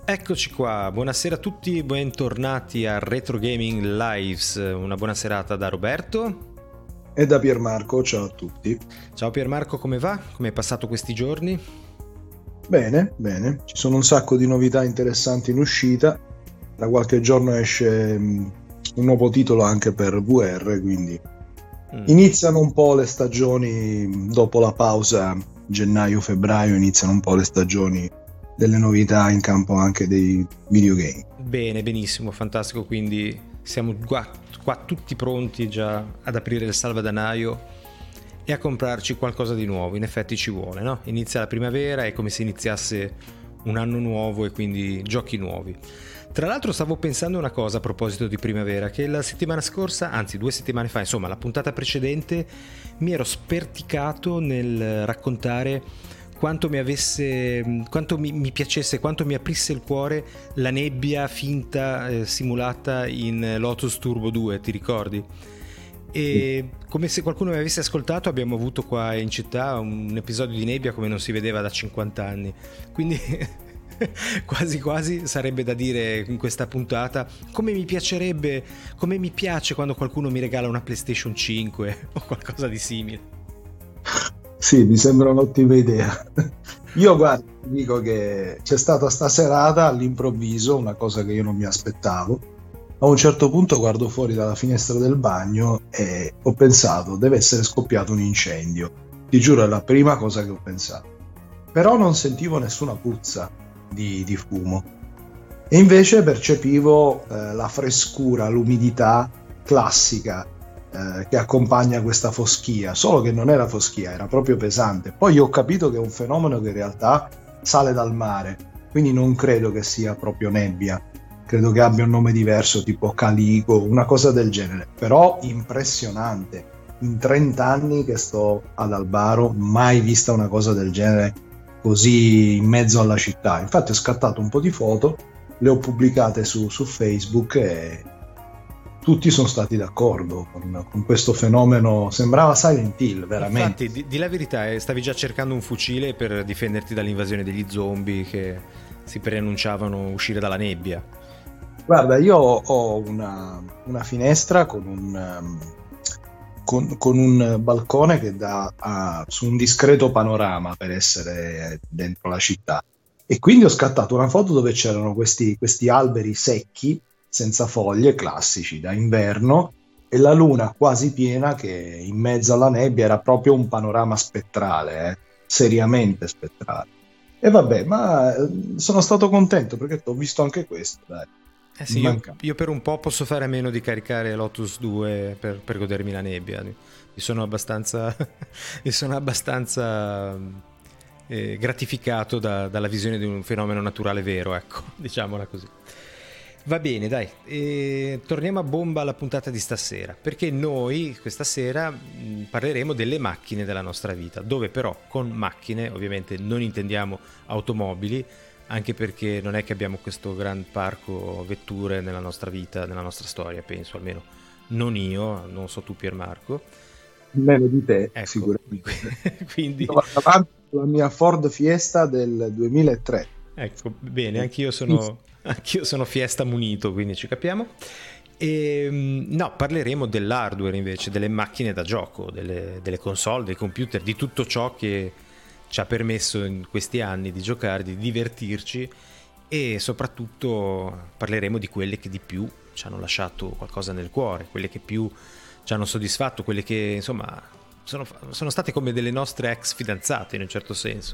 Eccoci qua, buonasera a tutti, bentornati a Retro Gaming Lives. Una buona serata da Roberto. E da Piermarco, ciao a tutti. Ciao Piermarco, come va? Come hai passato questi giorni? Bene, bene, ci sono un sacco di novità interessanti in uscita. Da qualche giorno esce un nuovo titolo anche per VR, quindi iniziano un po' le stagioni, dopo la pausa gennaio-febbraio, iniziano un po' le stagioni delle novità in campo anche dei videogame. Bene, benissimo, fantastico, quindi siamo qua tutti pronti già ad aprire il salvadanaio e a comprarci qualcosa di nuovo. In effetti ci vuole, no? Inizia la primavera, è come se iniziasse un anno nuovo e quindi giochi nuovi. Tra l'altro stavo pensando una cosa a proposito di primavera, che la settimana scorsa, anzi 2 settimane fa, insomma la puntata precedente, mi ero sperticato nel raccontare quanto mi piacesse, quanto mi aprisse il cuore la nebbia finta simulata in Lotus Turbo 2, ti ricordi? E come se qualcuno mi avesse ascoltato, abbiamo avuto qua in città un episodio di nebbia come non si vedeva da 50 anni, quindi quasi quasi sarebbe da dire in questa puntata come mi piace quando qualcuno mi regala una PlayStation 5 o qualcosa di simile. Sì, mi sembra un'ottima idea. Io guarda, ti dico che c'è stata sta serata all'improvviso, una cosa che io non mi aspettavo. A un certo punto guardo fuori dalla finestra del bagno e ho pensato, deve essere scoppiato un incendio. Ti giuro, è la prima cosa che ho pensato. Però non sentivo nessuna puzza di fumo. E invece percepivo la frescura, l'umidità classica che accompagna questa foschia, solo che non era foschia, era proprio pesante. Poi ho capito che è un fenomeno che in realtà sale dal mare, quindi non credo che sia proprio nebbia, credo che abbia un nome diverso, tipo calico, una cosa del genere, però impressionante. In 30 anni che sto ad Albaro, mai vista una cosa del genere così in mezzo alla città. Infatti ho scattato un po' di foto, le ho pubblicate su Facebook e tutti sono stati d'accordo con questo fenomeno. Sembrava Silent Hill, veramente. Infatti, di la verità, stavi già cercando un fucile per difenderti dall'invasione degli zombie che si preannunciavano uscire dalla nebbia. Guarda, io ho una finestra con un balcone che dà su un discreto panorama per essere dentro la città. E quindi ho scattato una foto dove c'erano questi alberi secchi, senza foglie, classici da inverno, e la luna quasi piena che in mezzo alla nebbia era proprio un panorama spettrale, seriamente spettrale. E vabbè, ma sono stato contento perché ho visto anche questo, dai. Sì, io per un po' posso fare a meno di caricare Lotus 2 per godermi la nebbia. Mi sono abbastanza gratificato dalla visione di un fenomeno naturale vero, ecco, diciamola così. Va bene, dai, torniamo a bomba alla puntata di stasera, perché noi questa sera parleremo delle macchine della nostra vita, dove però con macchine ovviamente non intendiamo automobili, anche perché non è che abbiamo questo gran parco vetture nella nostra vita, nella nostra storia, penso, almeno non io, non so tu Piermarco. Meno di te, ecco, sicuramente. Quindi la mia Ford Fiesta del 2003. Ecco, bene, anch'io sono Fiesta munito, quindi ci capiamo. No, parleremo dell'hardware invece, delle macchine da gioco, delle console, dei computer, di tutto ciò che ci ha permesso in questi anni di giocare, di divertirci, e soprattutto parleremo di quelle che di più ci hanno lasciato qualcosa nel cuore, quelle che più ci hanno soddisfatto, quelle che insomma sono state come delle nostre ex fidanzate in un certo senso.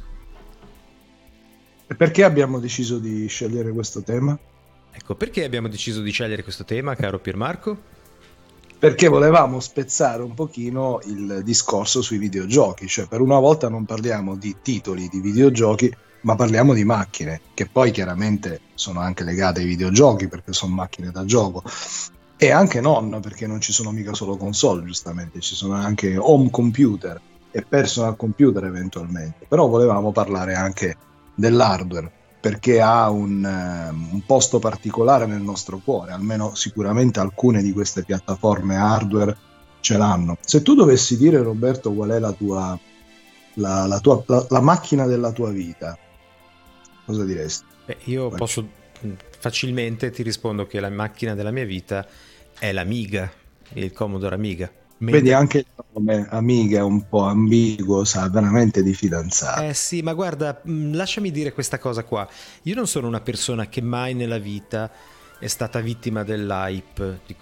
E perché abbiamo deciso di scegliere questo tema? Ecco, perché abbiamo deciso di scegliere questo tema, caro Piermarco? Perché volevamo spezzare un pochino il discorso sui videogiochi, cioè per una volta non parliamo di titoli di videogiochi, ma parliamo di macchine, che poi chiaramente sono anche legate ai videogiochi perché sono macchine da gioco, e anche non, perché non ci sono mica solo console, giustamente, ci sono anche home computer e personal computer eventualmente, però volevamo parlare anche dell'hardware, perché ha un posto particolare nel nostro cuore, almeno sicuramente alcune di queste piattaforme hardware ce l'hanno. Se tu dovessi dire, Roberto, qual è la macchina della tua vita, cosa diresti? Beh, io posso facilmente ti rispondo che la macchina della mia vita è l'Amiga, il Commodore Amiga. Vedi, anche il nome Amiga è un po' ambiguo, sa veramente di fidanzati. Sì, ma guarda, lasciami dire questa cosa qua. Io non sono una persona che mai nella vita è stata vittima dell'hype, di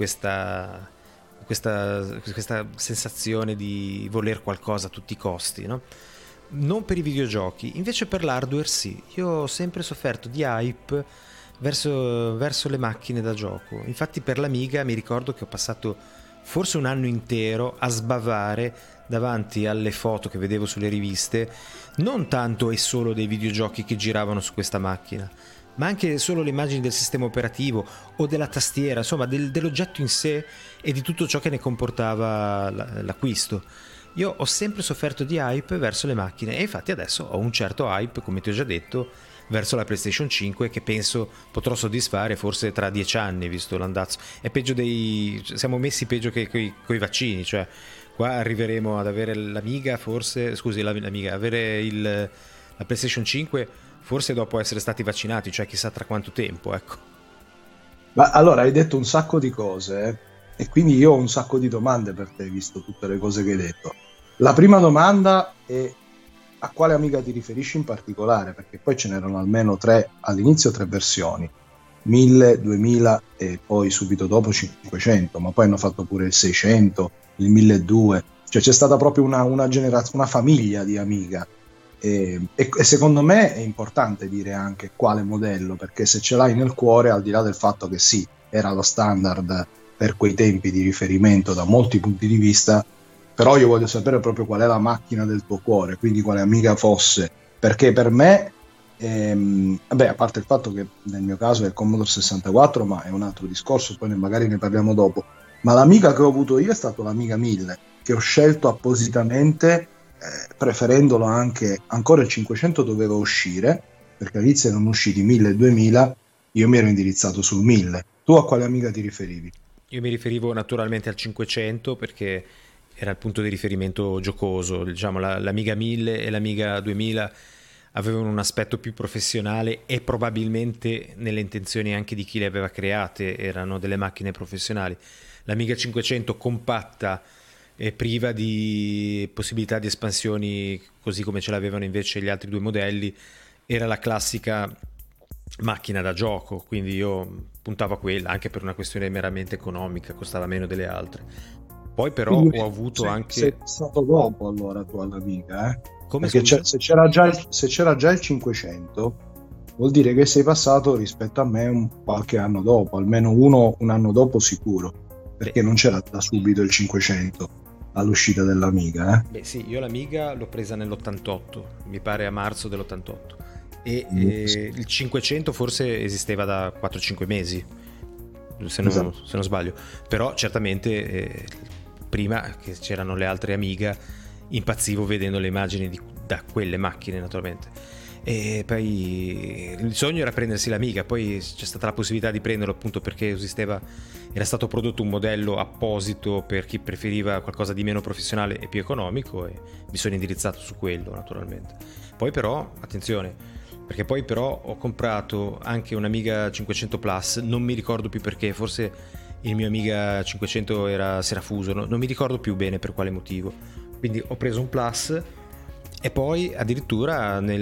questa sensazione di voler qualcosa a tutti i costi, no? Non per i videogiochi, invece per l'hardware sì. Io ho sempre sofferto di hype verso le macchine da gioco. Infatti per l'Amiga mi ricordo che ho passato forse un anno intero a sbavare davanti alle foto che vedevo sulle riviste, non tanto e solo dei videogiochi che giravano su questa macchina, ma anche solo le immagini del sistema operativo o della tastiera, insomma dell'oggetto in sé e di tutto ciò che ne comportava l'acquisto. Io ho sempre sofferto di hype verso le macchine e infatti adesso ho un certo hype, come ti ho già detto, verso la PlayStation 5, che penso potrò soddisfare forse tra 10 anni, visto l'andazzo. È peggio siamo messi peggio che coi vaccini, cioè qua arriveremo ad avere l'Amiga, forse, scusi, l'Amiga, avere la PlayStation 5 forse dopo essere stati vaccinati, cioè chissà tra quanto tempo, ecco. Ma allora hai detto un sacco di cose, e quindi io ho un sacco di domande per te, visto tutte le cose che hai detto. La prima domanda è: a quale Amiga ti riferisci in particolare? Perché poi ce n'erano almeno tre, all'inizio tre versioni, 1000, 2000 e poi subito dopo 500, ma poi hanno fatto pure il 600, il 1200, cioè c'è stata proprio una generazione, una famiglia di Amiga. E secondo me è importante dire anche quale modello, perché se ce l'hai nel cuore, al di là del fatto che sì, era lo standard per quei tempi di riferimento da molti punti di vista, però io voglio sapere proprio qual è la macchina del tuo cuore, quindi quale Amiga fosse, perché per me, a parte il fatto che nel mio caso è il Commodore 64, ma è un altro discorso, poi magari ne parliamo dopo, ma l'Amiga che ho avuto io è stato l'Amiga 1000, che ho scelto appositamente, preferendolo anche, ancora il 500 doveva uscire, perché all'inizio erano usciti 1000 e 2000, io mi ero indirizzato sul 1000. Tu a quale Amiga ti riferivi? Io mi riferivo naturalmente al 500 perché era il punto di riferimento giocoso, diciamo l'Amiga 1000 e l'Amiga 2000 avevano un aspetto più professionale e probabilmente nelle intenzioni anche di chi le aveva create erano delle macchine professionali. L'Amiga 500 compatta e priva di possibilità di espansioni, così come ce l'avevano invece gli altri due modelli, era la classica macchina da gioco, quindi io puntavo a quella anche per una questione meramente economica, costava meno delle altre. Poi però Quindi ho avuto anche... sei stato dopo allora tu all'Amiga, Come, perché scusa? se c'era già il 500 vuol dire che sei passato rispetto a me qualche anno dopo, almeno un anno dopo sicuro, perché non c'era da subito il 500 all'uscita dell'Amiga. Beh sì, io l'Amiga l'ho presa nell'88, mi pare a marzo dell'88 e il 500 forse esisteva da 4-5 mesi, se non sbaglio, però certamente prima che c'erano le altre Amiga impazzivo vedendo le immagini da quelle macchine naturalmente. E poi il sogno era prendersi l'Amiga, poi c'è stata la possibilità di prenderlo appunto perché era stato prodotto un modello apposito per chi preferiva qualcosa di meno professionale e più economico e mi sono indirizzato su quello naturalmente. Poi però, attenzione, perché poi però ho comprato anche un Amiga 500 Plus, non mi ricordo più perché, forse il mio Amiga 500 si era fuso, non mi ricordo più bene per quale motivo, quindi ho preso un Plus. E poi addirittura nel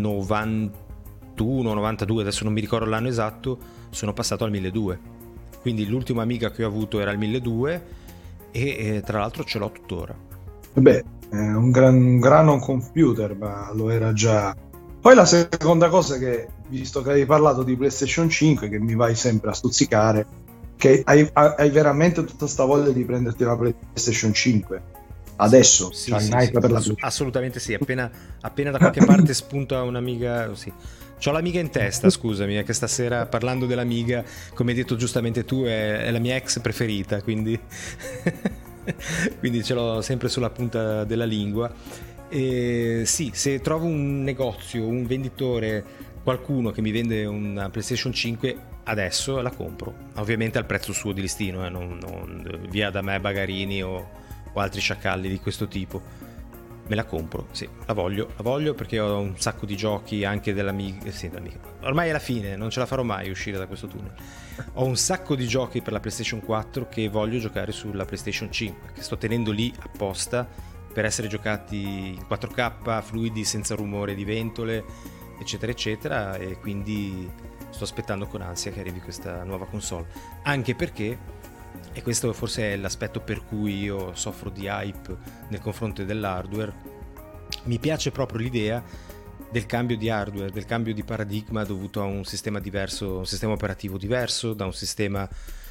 91-92, adesso non mi ricordo l'anno esatto, sono passato al 1200. Quindi l'ultima Amiga che ho avuto era il 1200 e tra l'altro ce l'ho tuttora. Beh, è un grano computer, ma lo era già. Poi la seconda cosa che, visto che hai parlato di PlayStation 5, che mi vai sempre a stuzzicare, che hai veramente tutta sta voglia di prenderti la PlayStation 5. Adesso sì, per la assolutamente sì, appena da qualche parte spunta un'Amiga, sì. C'ho l'Amiga in testa, scusami, che stasera parlando dell'Amiga, come hai detto giustamente tu, è la mia ex preferita, quindi quindi ce l'ho sempre sulla punta della lingua. E sì, se trovo un negozio, un venditore, qualcuno che mi vende una PlayStation 5, adesso la compro, ovviamente al prezzo suo di listino, non via da me bagarini o altri sciacalli di questo tipo. me la compro, sì, la voglio perché ho un sacco di giochi anche dell'Amiga, sì, dell'Amiga. Ormai è la fine, non ce la farò mai uscire da questo tunnel. Ho un sacco di giochi per la PlayStation 4 che voglio giocare sulla PlayStation 5, che sto tenendo lì apposta per essere giocati in 4K, fluidi, senza rumore di ventole, eccetera eccetera, e quindi sto aspettando con ansia che arrivi questa nuova console, anche perché, e questo forse è l'aspetto per cui io soffro di hype nei confronti dell'hardware, mi piace proprio l'idea del cambio di hardware, del cambio di paradigma dovuto a un sistema diverso, un sistema operativo diverso, da un sistema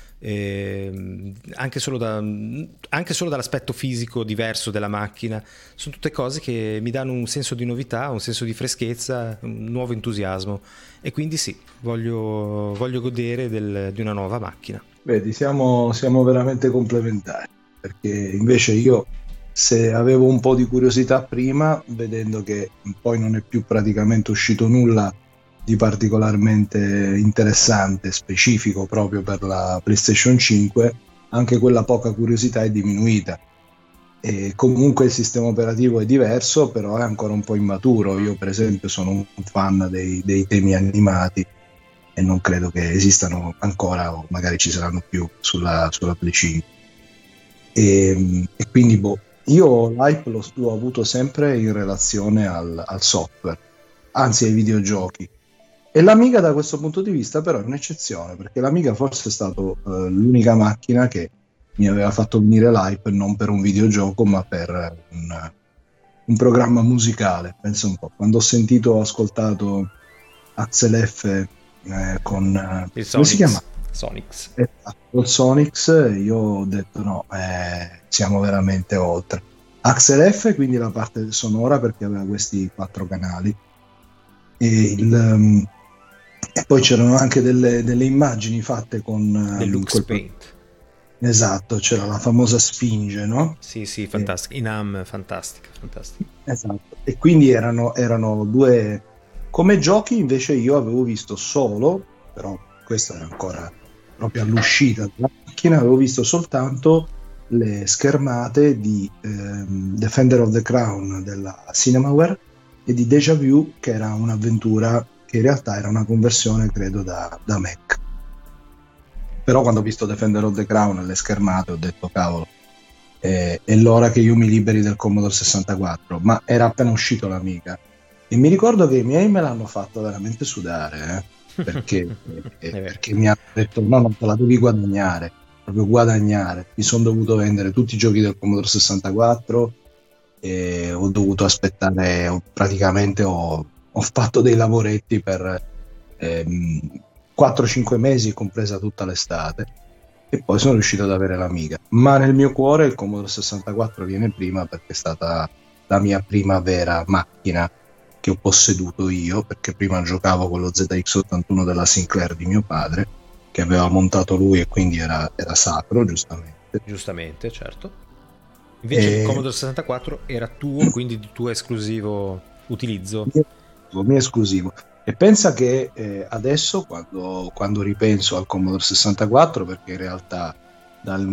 anche solo dall'aspetto fisico diverso della macchina. Sono tutte cose che mi danno un senso di novità, un senso di freschezza, un nuovo entusiasmo, e quindi sì, voglio godere di una nuova macchina. Vedi, siamo veramente complementari, perché invece io, se avevo un po' di curiosità prima, vedendo che poi non è più praticamente uscito nulla di particolarmente interessante, specifico proprio per la PlayStation 5, anche quella poca curiosità è diminuita. E comunque il sistema operativo è diverso, però è ancora un po' immaturo. Io per esempio sono un fan dei temi animati e non credo che esistano ancora, o magari ci saranno più sulla Play 5. E quindi io l'hype l'ho avuto sempre in relazione al software, anzi ai videogiochi. E l'Amiga da questo punto di vista però è un'eccezione, perché l'Amiga forse è stato l'unica macchina che mi aveva fatto venire l'hype, non per un videogioco ma per un programma musicale. Pensa un po', quando ho ascoltato Axel F con il come si chiama? Sonics. Col Sonics, io ho detto no, siamo veramente oltre. Axel F, quindi la parte sonora, perché aveva questi 4 canali, e poi c'erano anche delle immagini fatte con Deluxe Paint. Esatto, c'era la famosa Sfinge, no? Sì, fantastica, Inam, fantastica. Esatto, e quindi erano due. Come giochi invece io avevo visto solo, però questo era ancora proprio all'uscita della macchina, avevo visto soltanto le schermate di Defender of the Crown della Cinemaware e di Deja Vu, che era un'avventura che in realtà era una conversione, credo, da Mac. Però quando ho visto Defender of the Crown e le schermate ho detto cavolo, è l'ora che io mi liberi del Commodore 64, ma era appena uscito l'Amiga. E mi ricordo che i miei me l'hanno fatto veramente sudare, perché mi hanno detto no, non te la devi guadagnare, proprio guadagnare. Mi sono dovuto vendere tutti i giochi del Commodore 64 e ho dovuto aspettare, praticamente ho fatto dei lavoretti per 4-5 mesi, compresa tutta l'estate, e poi sono riuscito ad avere l'Amiga. Ma nel mio cuore il Commodore 64 viene prima, perché è stata la mia prima vera macchina che ho posseduto io, perché prima giocavo con lo ZX81 della Sinclair di mio padre, che aveva montato lui, e quindi era sacro, giustamente, certo. Invece il Commodore 64 era tuo, quindi di tuo esclusivo utilizzo. Mio esclusivo. E pensa che adesso quando ripenso al Commodore 64, perché in realtà dal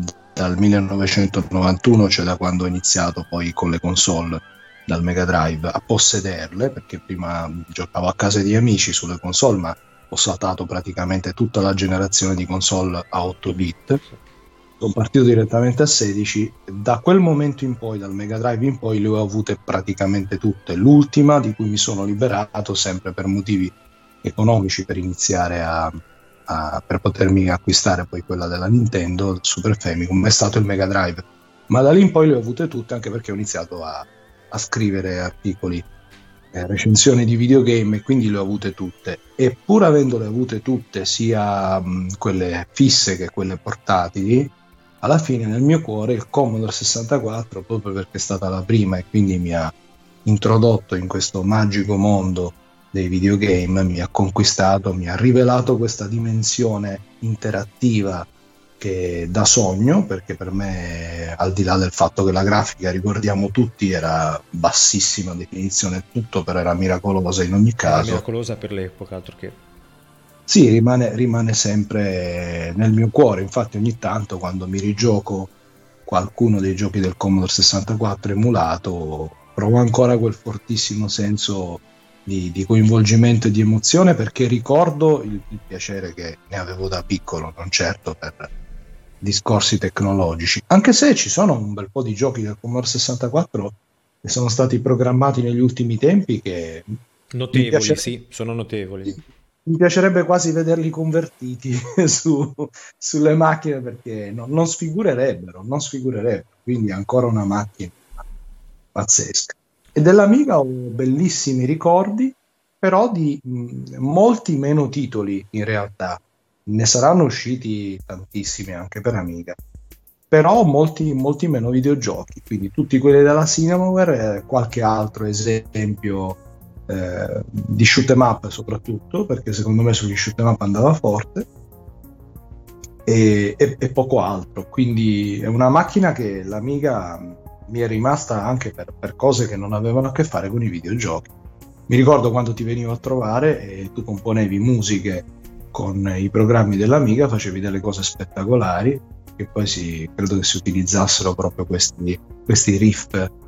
1991, cioè da quando ho iniziato poi con le console dal Mega Drive a possederle, perché prima giocavo a casa di amici sulle console, ma ho saltato praticamente tutta la generazione di console a 8 bit, sono partito direttamente a 16. Da quel momento in poi, dal Mega Drive in poi, le ho avute praticamente tutte. L'ultima di cui mi sono liberato, sempre per motivi economici, per iniziare per potermi acquistare poi quella della Nintendo, il Super Famicom, è stato il Mega Drive. Ma da lì in poi le ho avute tutte, anche perché ho iniziato a scrivere articoli, recensioni di videogame, e quindi le ho avute tutte. E pur avendole avute tutte, sia quelle fisse che quelle portatili, alla fine nel mio cuore il Commodore 64, proprio perché è stata la prima e quindi mi ha introdotto in questo magico mondo dei videogame, mi ha conquistato, mi ha rivelato questa dimensione interattiva che da sogno, perché per me, al di là del fatto che la grafica, ricordiamo tutti, era bassissima definizione, tutto però era miracolosa in ogni caso. Era miracolosa per l'epoca, altro che. Sì, rimane sempre nel mio cuore. Infatti ogni tanto, quando mi rigioco qualcuno dei giochi del Commodore 64 emulato, provo ancora quel fortissimo senso di coinvolgimento e di emozione, perché ricordo il piacere che ne avevo da piccolo, non certo per discorsi tecnologici, anche se ci sono un bel po' di giochi del Commodore 64 che sono stati programmati negli ultimi tempi che Notevoli, sì, sono notevoli. mi piacerebbe quasi vederli convertiti sulle macchine, perché non sfigurerebbero, quindi ancora una macchina pazzesca. E dell'Amiga ho bellissimi ricordi, però di molti meno titoli in realtà. Ne saranno usciti tantissimi anche per Amiga, però molti meno videogiochi, quindi tutti quelli della Cinemaware e qualche altro esempio di shoot 'em up, soprattutto perché secondo me sugli shoot 'em up andava forte, e poco altro. Quindi è una macchina che l'Amiga mi è rimasta anche per cose che non avevano a che fare con i videogiochi. Mi ricordo quando ti venivo a trovare e tu componevi musiche con i programmi dell'Amiga, facevi delle cose spettacolari, che poi credo che si utilizzassero proprio questi riff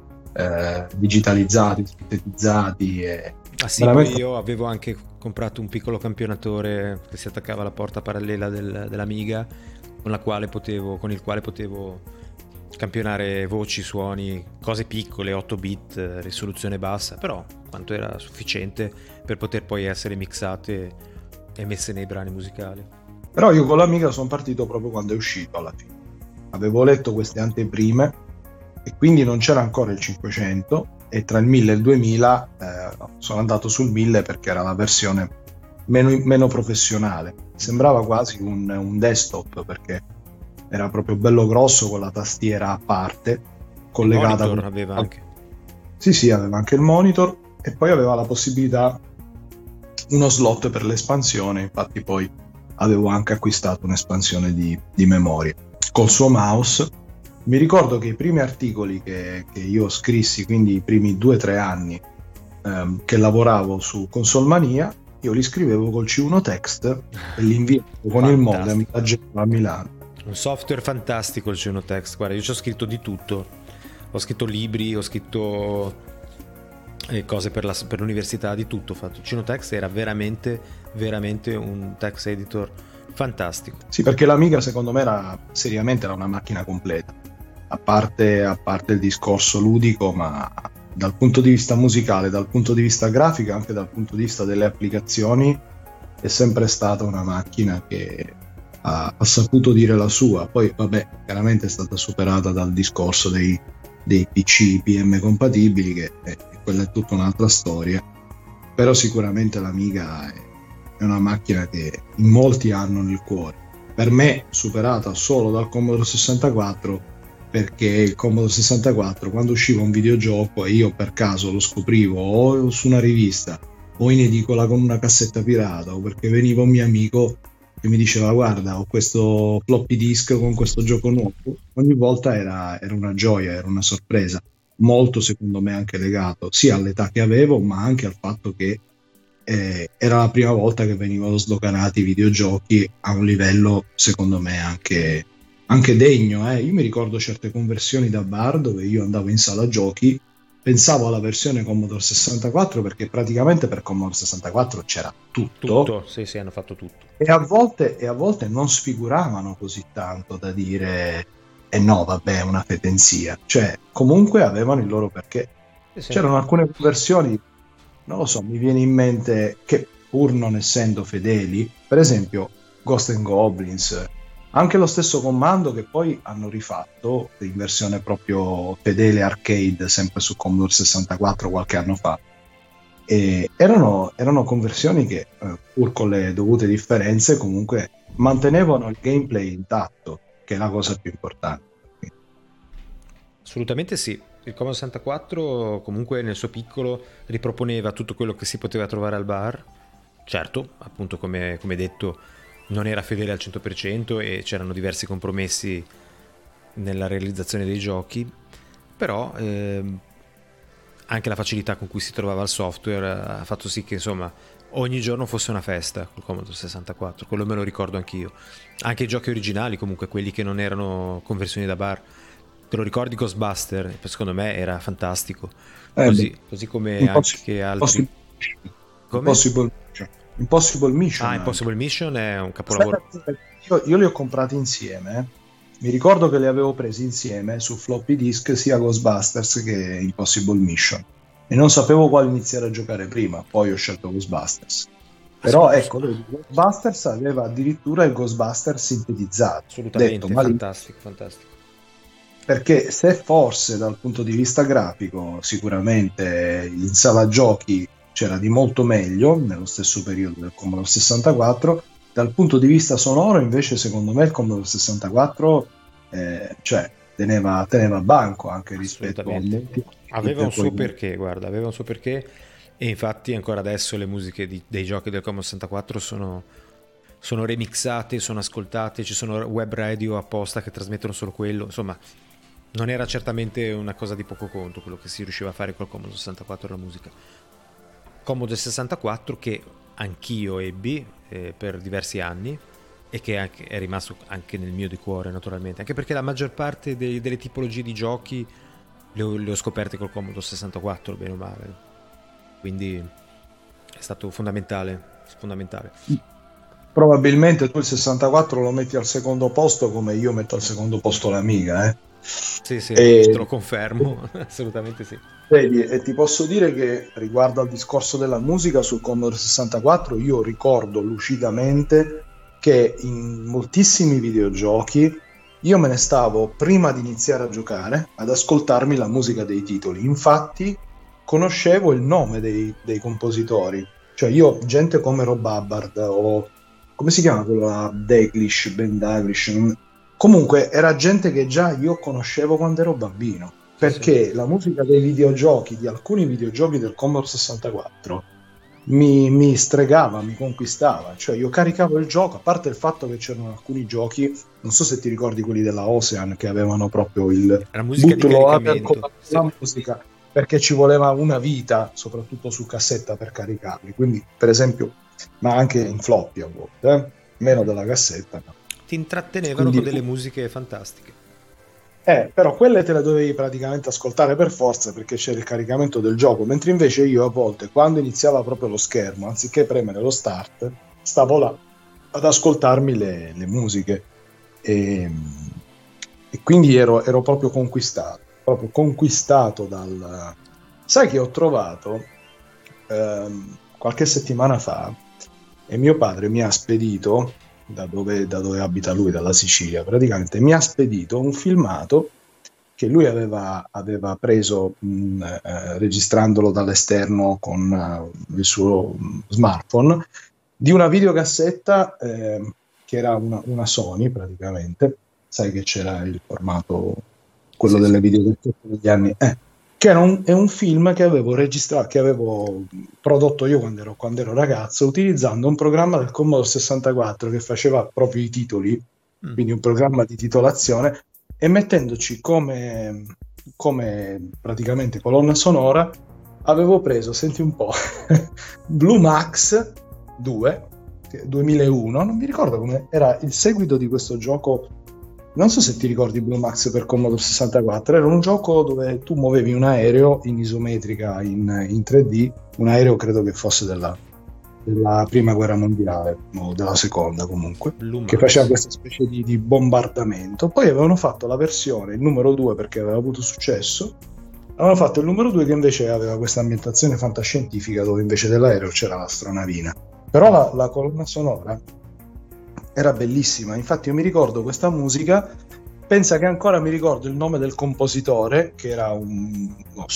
digitalizzati, sintetizzati. Ah sì, poi io avevo anche comprato un piccolo campionatore che si attaccava alla porta parallela dell'Amiga, con il quale potevo campionare voci, suoni, cose piccole, 8 bit, risoluzione bassa, però quanto era sufficiente per poter poi essere mixate e messe nei brani musicali. Però io con l'Amiga sono partito proprio quando è uscito, alla fine. Avevo letto queste anteprime e quindi non c'era ancora il 500, e tra il 1000 e il 2000 sono andato sul 1000 perché era la versione meno professionale. Sembrava quasi un desktop, perché era proprio bello grosso, con la tastiera a parte collegata. Il monitor aveva anche. Sì, aveva anche il monitor, e poi aveva la possibilità, uno slot per l'espansione. Infatti poi avevo anche acquistato un'espansione di memoria col suo mouse. Mi ricordo che i primi articoli che io scrissi, quindi i primi 2-3 anni che lavoravo su Console Mania, io li scrivevo col C1 Text e li inviavo con il modem a Milano. Un software fantastico il C1 Text. Guarda, io ci ho scritto di tutto. Ho scritto libri, ho scritto cose per l'università, di tutto ho fatto. Il C1 Text era veramente un text editor fantastico. Sì, perché l'Amiga secondo me era una macchina completa, a parte il discorso ludico, ma dal punto di vista musicale, dal punto di vista grafico, anche dal punto di vista delle applicazioni, è sempre stata una macchina che ha saputo dire la sua. Poi vabbè, chiaramente è stata superata dal discorso dei PC IPM compatibili, che quella è tutta un'altra storia, però sicuramente l'Amiga è una macchina che in molti hanno nel cuore. Per me superata solo dal Commodore 64, perché il Commodore 64, quando usciva un videogioco e io per caso lo scoprivo o su una rivista o in edicola con una cassetta pirata, o perché veniva un mio amico che mi diceva guarda ho questo floppy disk con questo gioco nuovo, ogni volta era una gioia, era una sorpresa, molto secondo me anche legato sia all'età che avevo, ma anche al fatto che era la prima volta che venivano sdoganati i videogiochi a un livello secondo me anche degno. Io mi ricordo certe conversioni da bar dove io andavo in sala giochi, pensavo alla versione Commodore 64, perché praticamente per Commodore 64 c'era tutto. Sì, hanno fatto tutto, e a volte non sfiguravano così tanto da dire no vabbè, è una fetenzia, cioè comunque avevano il loro perché. Sì. C'erano alcune versioni, non lo so, mi viene in mente, che pur non essendo fedeli, per esempio Ghost and Goblins, anche lo stesso comando che poi hanno rifatto in versione proprio fedele arcade, sempre su Commodore 64 qualche anno fa, e erano conversioni che pur con le dovute differenze comunque mantenevano il gameplay intatto, che è la cosa più importante. Assolutamente sì. Il Commodore 64 comunque nel suo piccolo riproponeva tutto quello che si poteva trovare al bar. Certo, appunto come detto, non era fedele al 100% e c'erano diversi compromessi nella realizzazione dei giochi, però anche la facilità con cui si trovava il software ha fatto sì che insomma ogni giorno fosse una festa col Commodore 64, quello me lo ricordo anch'io. Anche i giochi originali, comunque quelli che non erano conversioni da bar, te lo ricordi Ghostbuster? Secondo me era fantastico, Beh, così come Impossible, anche altri. Come? Impossible Mission. Impossible Mission anche. Impossible Mission è un Stai capolavoro. attento, io li ho comprati insieme. Mi ricordo che li avevo presi insieme su floppy disk sia Ghostbusters che Impossible Mission. E non sapevo quale iniziare a giocare prima. Poi ho scelto Ghostbusters. Però ecco, vedi, Ghostbusters aveva addirittura il Ghostbusters sintetizzato. Assolutamente, Detto, fantastico, fantastico. perché se forse dal punto di vista grafico sicuramente in sala giochi c'era di molto meglio nello stesso periodo del Commodore 64, dal punto di vista sonoro invece secondo me il Commodore 64 cioè teneva banco anche rispetto a molti. Aveva un suo perché, guarda, aveva un suo perché, e infatti ancora adesso le musiche dei giochi del Commodore 64 sono remixate, sono ascoltate, ci sono web radio apposta che trasmettono solo quello, insomma non era certamente una cosa di poco conto quello che si riusciva a fare col Commodore 64 la musica. Commodore 64 che anch'io ebbi per diversi anni e che è rimasto anche nel mio di cuore naturalmente, anche perché la maggior parte delle tipologie di giochi le ho scoperte col Commodore 64 bene o male, quindi è stato fondamentale. Probabilmente tu il 64 lo metti al secondo posto come io metto al secondo posto l'Amiga, Sì, te lo confermo, assolutamente sì. Vedi, e ti posso dire che riguardo al discorso della musica sul Commodore 64 io ricordo lucidamente che in moltissimi videogiochi io me ne stavo prima di iniziare a giocare ad ascoltarmi la musica dei titoli. Infatti conoscevo il nome dei compositori, cioè io gente come Rob Hubbard o come si chiama quello Ben Daglish, comunque era gente che già io conoscevo quando ero bambino, perché la musica dei videogiochi, di alcuni videogiochi del Commodore 64 mi stregava, mi conquistava, cioè io caricavo il gioco, a parte il fatto che c'erano alcuni giochi, non so se ti ricordi quelli della Ocean, che avevano proprio il la musica di caricamento, la musica, perché ci voleva una vita, soprattutto su cassetta per caricarli, quindi per esempio, ma anche in floppy a volte, meno della cassetta. Ti intrattenevano con delle musiche fantastiche. Però quelle te le dovevi praticamente ascoltare per forza perché c'era il caricamento del gioco, mentre invece io a volte quando iniziava proprio lo schermo, anziché premere lo start, stavo là ad ascoltarmi le musiche e quindi ero proprio conquistato dal... Sai che ho trovato qualche settimana fa e mio padre mi ha spedito da dove abita lui, dalla Sicilia, praticamente mi ha spedito un filmato che lui aveva preso registrandolo dall'esterno con il suo smartphone, di una videocassetta che era una Sony praticamente, sai che c'era il formato, quello delle videocassette degli anni... che è un film che avevo registrato, che avevo prodotto io quando ero ragazzo, utilizzando un programma del Commodore 64 che faceva proprio i titoli, quindi un programma di titolazione, e mettendoci come praticamente colonna sonora avevo preso, senti un po', Blue Max 2 2001, non mi ricordo come era il seguito di questo gioco. Non so se ti ricordi Blue Max per Commodore 64, era un gioco dove tu muovevi un aereo in isometrica in 3D, un aereo credo che fosse della prima guerra mondiale, o della seconda comunque, che faceva questa specie di bombardamento. Poi avevano fatto la versione, il numero 2 perché aveva avuto successo, avevano fatto il numero 2 che invece aveva questa ambientazione fantascientifica dove invece dell'aereo c'era l'astronavina. Però la colonna sonora era bellissima, infatti io mi ricordo questa musica, pensa che ancora mi ricordo il nome del compositore, che era un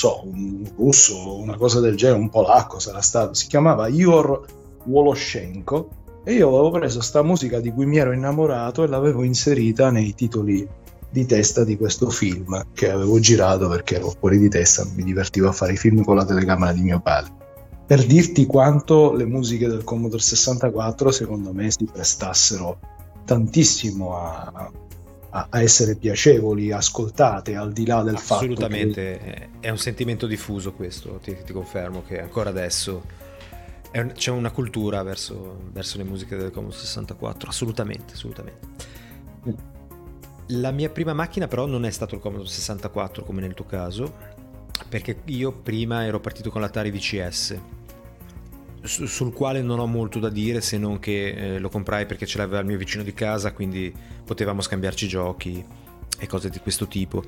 russo, una cosa del genere, un polacco sarà stato, si chiamava Igor Woloshenko, e io avevo preso sta musica di cui mi ero innamorato e l'avevo inserita nei titoli di testa di questo film che avevo girato perché ero fuori di testa, mi divertivo a fare i film con la telecamera di mio padre. Per dirti quanto le musiche del Commodore 64 secondo me si prestassero tantissimo a essere piacevoli, ascoltate, al di là del fatto che... Assolutamente, è un sentimento diffuso questo, ti confermo che ancora adesso c'è una cultura verso le musiche del Commodore 64, assolutamente. La mia prima macchina però non è stato il Commodore 64 come nel tuo caso, perché io prima ero partito con l'Atari VCS, sul quale non ho molto da dire, se non che lo comprai perché ce l'aveva il mio vicino di casa, quindi potevamo scambiarci giochi e cose di questo tipo.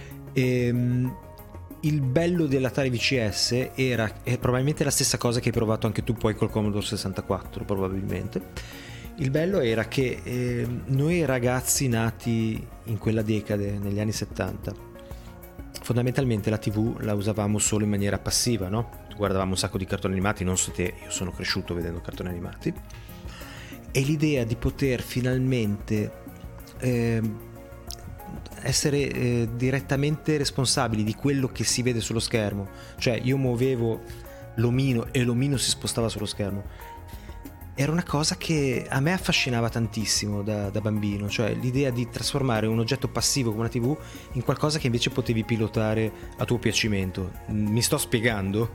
Il bello dell'Atari VCS è probabilmente la stessa cosa che hai provato anche tu poi col Commodore 64, probabilmente. Il bello era che noi ragazzi nati in quella decade, negli anni 70, fondamentalmente la TV la usavamo solo in maniera passiva, no? Guardavamo un sacco di cartoni animati, non so te, io sono cresciuto vedendo cartoni animati, e l'idea di poter finalmente essere direttamente responsabili di quello che si vede sullo schermo, cioè io muovevo l'omino e l'omino si spostava sullo schermo, era una cosa che a me affascinava tantissimo da bambino, cioè l'idea di trasformare un oggetto passivo come una TV in qualcosa che invece potevi pilotare a tuo piacimento. Mi sto spiegando?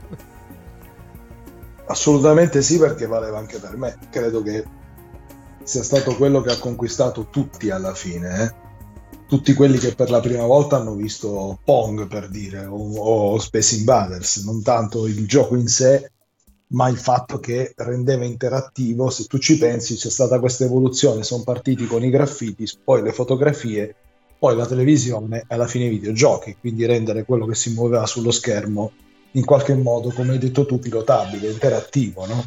Assolutamente sì, perché valeva anche per me. Credo che sia stato quello che ha conquistato tutti alla fine, eh? Tutti quelli che per la prima volta hanno visto Pong, per dire, o Space Invaders, non tanto il gioco in sé, ma il fatto che rendeva interattivo. Se tu ci pensi, c'è stata questa evoluzione, sono partiti con i graffiti, poi le fotografie, poi la televisione e alla fine i videogiochi, quindi rendere quello che si muoveva sullo schermo in qualche modo, come hai detto tu, pilotabile, interattivo, no?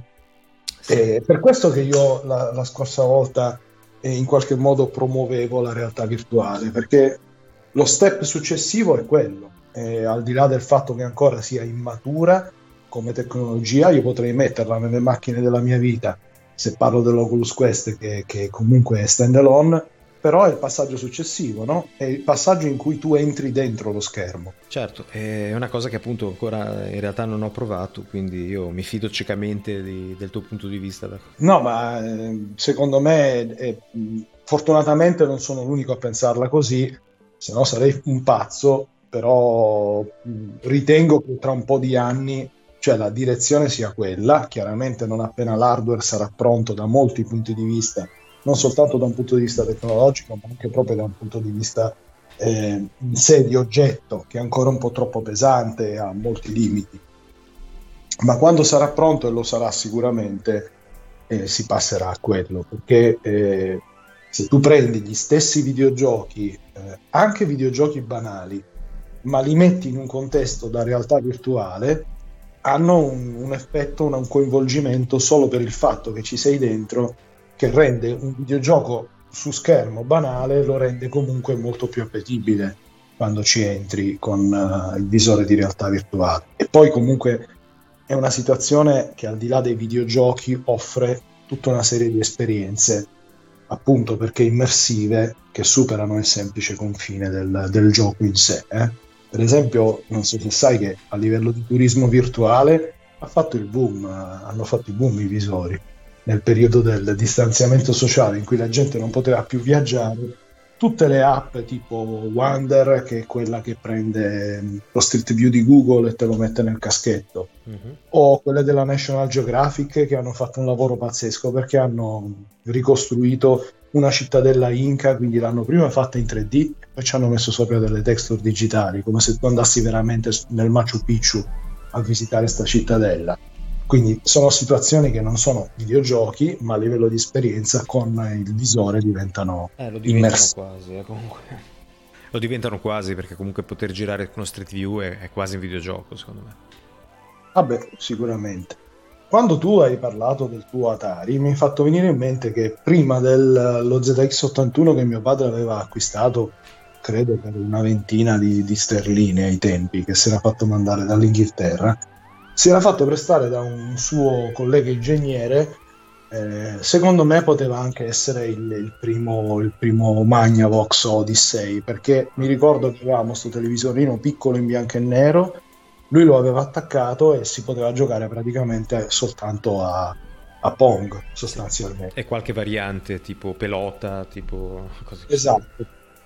E per questo che io la scorsa volta in qualche modo promuovevo la realtà virtuale, perché lo step successivo è quello, al di là del fatto che ancora sia immatura come tecnologia. Io potrei metterla nelle macchine della mia vita, se parlo dell'Oculus Quest che comunque è stand alone, però è il passaggio successivo, no? È il passaggio in cui tu entri dentro lo schermo. Certo, è una cosa che appunto ancora in realtà non ho provato, quindi io mi fido ciecamente del tuo punto di vista. No, ma secondo me fortunatamente non sono l'unico a pensarla così, se no sarei un pazzo, però ritengo che tra un po' di anni, cioè la direzione sia quella, chiaramente non appena l'hardware sarà pronto da molti punti di vista, non soltanto da un punto di vista tecnologico, ma anche proprio da un punto di vista in sé di oggetto, che è ancora un po' troppo pesante e ha molti limiti. Ma quando sarà pronto, e lo sarà sicuramente, si passerà a quello, perché se tu prendi gli stessi videogiochi, anche videogiochi banali, ma li metti in un contesto da realtà virtuale, hanno un effetto, un coinvolgimento solo per il fatto che ci sei dentro, che rende un videogioco su schermo banale, lo rende comunque molto più appetibile quando ci entri con il visore di realtà virtuale. E poi comunque è una situazione che al di là dei videogiochi offre tutta una serie di esperienze, appunto perché immersive, che superano il semplice confine del gioco in sé. Per esempio, non so se sai che a livello di turismo virtuale hanno fatto il boom i visori nel periodo del distanziamento sociale, in cui la gente non poteva più viaggiare. Tutte le app tipo Wander, che è quella che prende lo Street View di Google e te lo mette nel caschetto, o quelle della National Geographic, che hanno fatto un lavoro pazzesco perché hanno ricostruito una cittadella inca, quindi l'hanno prima fatta in 3D e poi ci hanno messo sopra delle texture digitali, come se tu andassi veramente nel Machu Picchu a visitare sta cittadella. Quindi sono situazioni che non sono videogiochi, ma a livello di esperienza con il visore diventano immersive. Quasi, comunque. Lo diventano quasi, perché comunque poter girare con lo Street View è quasi un videogioco, secondo me. Vabbè, sicuramente. Quando tu hai parlato del tuo Atari, mi hai fatto venire in mente che prima dello ZX81 che mio padre aveva acquistato, credo per una ventina di sterline ai tempi, che si era fatto mandare dall'Inghilterra, si era fatto prestare da un suo collega ingegnere. Secondo me poteva anche essere il primo Magnavox Odyssey, perché mi ricordo che avevamo questo televisorino piccolo in bianco e nero, lui lo aveva attaccato e si poteva giocare praticamente soltanto a Pong, sostanzialmente. E qualche variante tipo pelota, tipo cose così. Esatto.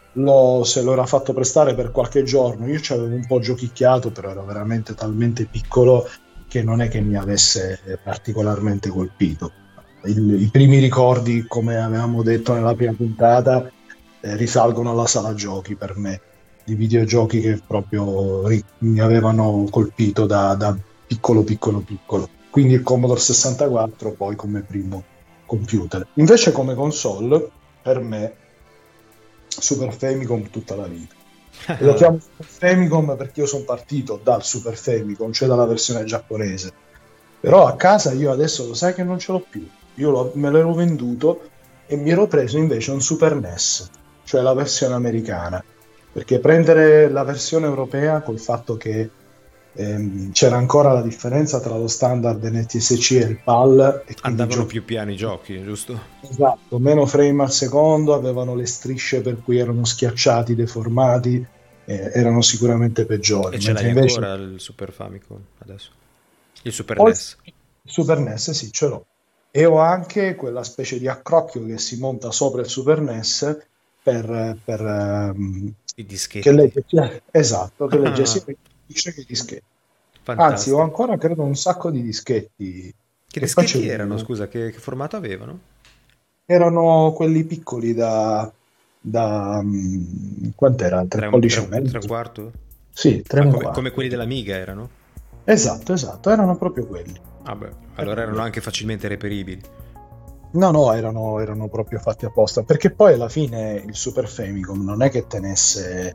Se lo era fatto prestare per qualche giorno, io ci avevo un po' giochicchiato, però ero veramente talmente piccolo che non è che mi avesse particolarmente colpito. I primi ricordi, come avevamo detto nella prima puntata, risalgono alla sala giochi per me, di videogiochi che proprio mi avevano colpito da piccolo piccolo piccolo. Quindi il Commodore 64 poi come primo computer. Invece come console, per me, Super Famicom tutta la vita. E lo chiamo Super Famicom perché io sono partito dal Super Famicom, cioè dalla versione giapponese. Però a casa io adesso lo sai che non ce l'ho più. Me l'ero venduto e mi ero preso invece un Super NES, cioè la versione americana. Perché prendere la versione europea col fatto che c'era ancora la differenza tra lo standard NTSC e il PAL e andavano più piani i giochi, giusto? Esatto, meno frame al secondo, avevano le strisce per cui erano schiacciati, deformati, erano sicuramente peggiori. E ce l'hai invece... ancora il Super Famicom adesso? Il Super NES? Il Super NES sì, ce l'ho. E ho anche quella specie di accrocchio che si monta sopra il Super NES per i dischetti. che legge, esatto, che legge sia che dischetti. Fantastico. Anzi, ho ancora credo un sacco di dischetti. Che dischetti erano, scusa, che formato avevano? Erano quelli piccoli da quant'era? 3 pollici e mezzo? 3 quarto? Sì, 3 come quelli dell'Amiga erano? Esatto, erano proprio quelli. Ah beh, allora erano anche facilmente reperibili. No, erano proprio fatti apposta, perché poi alla fine il Super Famicom non è che tenesse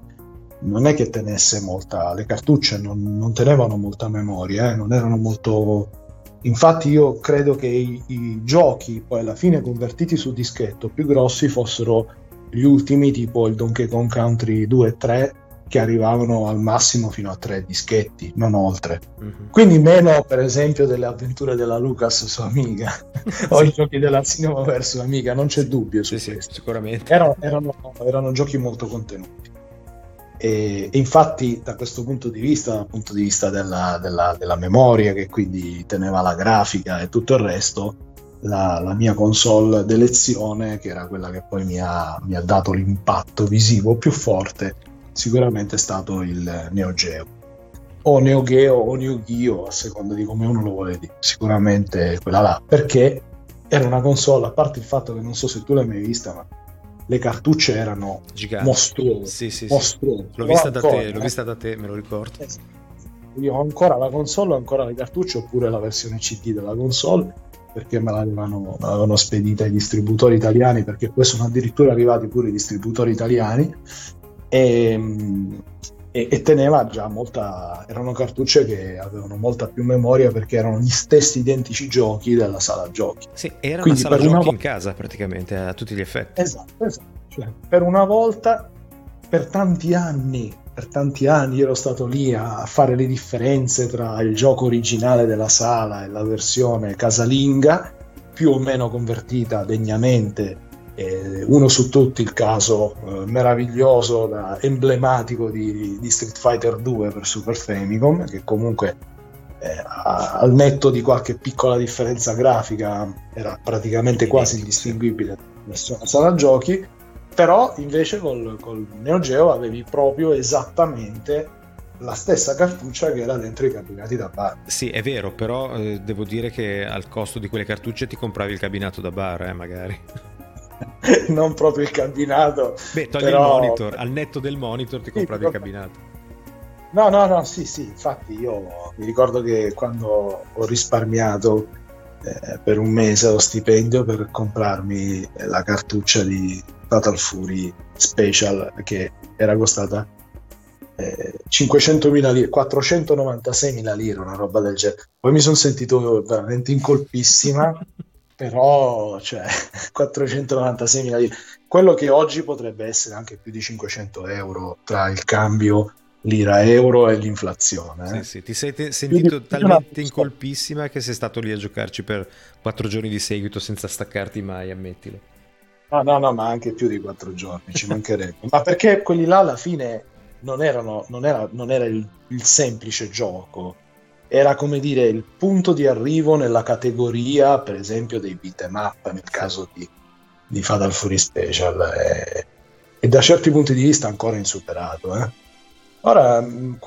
molta, le cartucce non tenevano molta memoria, non erano molto. Infatti io credo che i giochi poi alla fine convertiti su dischetto più grossi fossero gli ultimi, tipo il Donkey Kong Country 2 e 3, che arrivavano al massimo fino a 3 dischetti, non oltre. Mm-hmm. Quindi meno, per esempio, delle avventure della Lucas su Amiga o i giochi della Cinemaverse su Amiga, non c'è dubbio su questo. Sicuramente. Erano giochi molto contenuti. E infatti da questo punto di vista, dal punto di vista della memoria, che quindi teneva la grafica e tutto il resto, la mia console d'elezione, che era quella che poi mi ha dato l'impatto visivo più forte, sicuramente è stato il Neo Geo o Neo Geo o Neo Geo, a seconda di come uno lo vuole dire, sicuramente quella là, perché era una console, a parte il fatto che non so se tu l'hai mai vista, ma le cartucce erano mostruose. Sì. Mostruose. L'ho vista da te, me lo ricordo. Io ho ancora la console, ho ancora le cartucce, oppure la versione CD della console, perché me l'avevano spedita i distributori italiani, perché poi sono addirittura arrivati pure i distributori italiani, e teneva già erano cartucce che avevano molta più memoria, perché erano gli stessi identici giochi della sala giochi. Sì, era una sala giochi in casa praticamente a tutti gli effetti. Esatto. Cioè, per una volta, per tanti anni io ero stato lì a fare le differenze tra il gioco originale della sala e la versione casalinga, più o meno convertita degnamente. Uno su tutti il caso meraviglioso, emblematico di Street Fighter 2 per Super Famicom, che comunque al netto di qualche piccola differenza grafica era praticamente quasi indistinguibile dalla sala giochi. Però invece col Neo Geo avevi proprio esattamente la stessa cartuccia che era dentro i cabinati da bar. Sì, è vero, però devo dire che al costo di quelle cartucce ti compravi il cabinato da bar, magari. Non proprio il cabinato. Beh, togli il monitor, al netto del monitor ti compravi il cabinato. No, sì, infatti io mi ricordo che quando ho risparmiato per un mese lo stipendio per comprarmi la cartuccia di Fatal Fury Special, che era costata 500.000 lire, 496.000 lire, una roba del genere. Poi mi sono sentito veramente in colpissima, però 496.000 lire, quello che oggi potrebbe essere anche più di 500 euro tra il cambio lira-euro e l'inflazione. Sì, ti sei sentito talmente in colpissima che sei stato lì a giocarci per 4 giorni di seguito senza staccarti mai, ammettilo. No, ma anche più di 4 giorni, ci mancherebbe. Ma perché quelli là alla fine non era il semplice gioco, era come dire il punto di arrivo nella categoria, per esempio, dei beat 'em up, nel caso di Fatal Fury Special, e da certi punti di vista ancora insuperato. Ora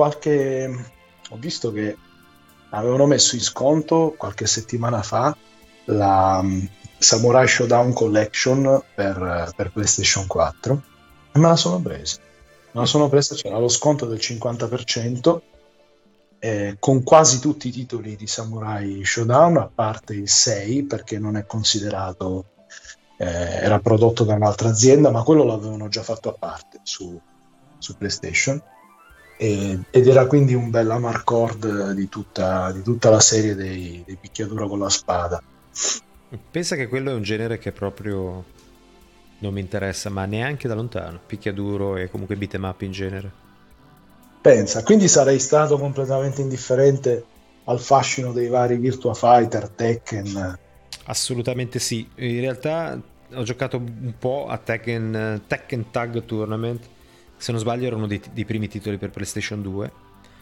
ho visto che avevano messo in sconto qualche settimana fa la Samurai Showdown Collection per PlayStation 4, Me la sono presa. Me la sono presa, c'era lo sconto del 50%, con quasi tutti i titoli di Samurai Showdown, a parte il 6, perché non è considerato, era prodotto da un'altra azienda, ma quello l'avevano già fatto a parte su PlayStation, ed era quindi un bel amarcord di tutta la serie dei picchiaduro con la spada. Pensa che quello è un genere che proprio non mi interessa, ma neanche da lontano. Picchiaduro e comunque beat 'em up in genere. Pensa, quindi sarei stato completamente indifferente al fascino dei vari Virtua Fighter, Tekken. Assolutamente sì. In realtà ho giocato un po' a Tekken Tag Tournament. Se non sbaglio era uno dei primi titoli per PlayStation 2.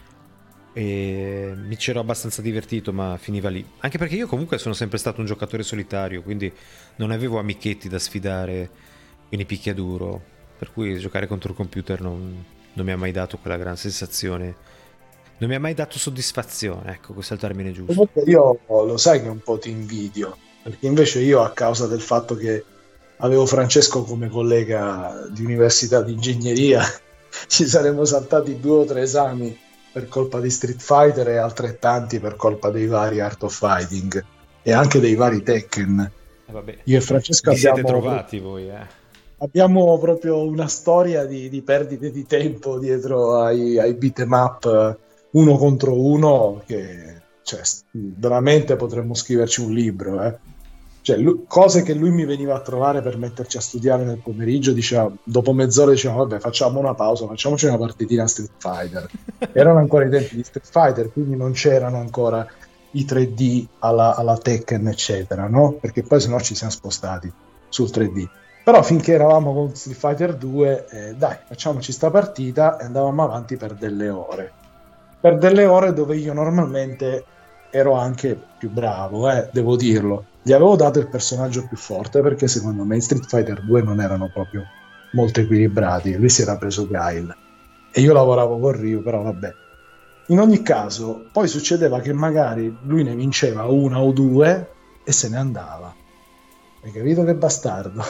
E mi c'ero abbastanza divertito, ma finiva lì. Anche perché io comunque sono sempre stato un giocatore solitario, quindi non avevo amichetti da sfidare in picchiaduro. Per cui giocare contro il computer non mi ha mai dato quella gran sensazione. Non mi ha mai dato soddisfazione, ecco, questo è il termine giusto. Comunque io lo sai che un po' ti invidio, perché invece io, a causa del fatto che avevo Francesco come collega di università di ingegneria, ci saremmo saltati 2 o 3 esami per colpa di Street Fighter e altrettanti per colpa dei vari Art of Fighting e anche dei vari Tekken. Vabbè, Io e Francesco vi siete trovati voi, abbiamo proprio una storia di perdite di tempo dietro ai beat 'em up, uno contro uno, che cioè, veramente potremmo scriverci un libro, Cioè, cose che lui mi veniva a trovare per metterci a studiare nel pomeriggio, diceva, dopo mezz'ora diceva, vabbè, facciamo una pausa, facciamoci una partitina a Street Fighter. Erano ancora i tempi di Street Fighter, quindi non c'erano ancora i 3D alla Tekken, eccetera, no? Perché poi sennò ci siamo spostati sul 3D. Però finché eravamo con Street Fighter 2, dai, facciamoci sta partita, e andavamo avanti per delle ore. Per delle ore dove io normalmente ero anche più bravo, devo dirlo. Gli avevo dato il personaggio più forte, perché secondo me in Street Fighter 2 non erano proprio molto equilibrati. Lui si era preso Guile e io lavoravo con Ryu, però vabbè. In ogni caso, poi succedeva che magari lui ne vinceva una o due e se ne andava. Hai capito che bastardo?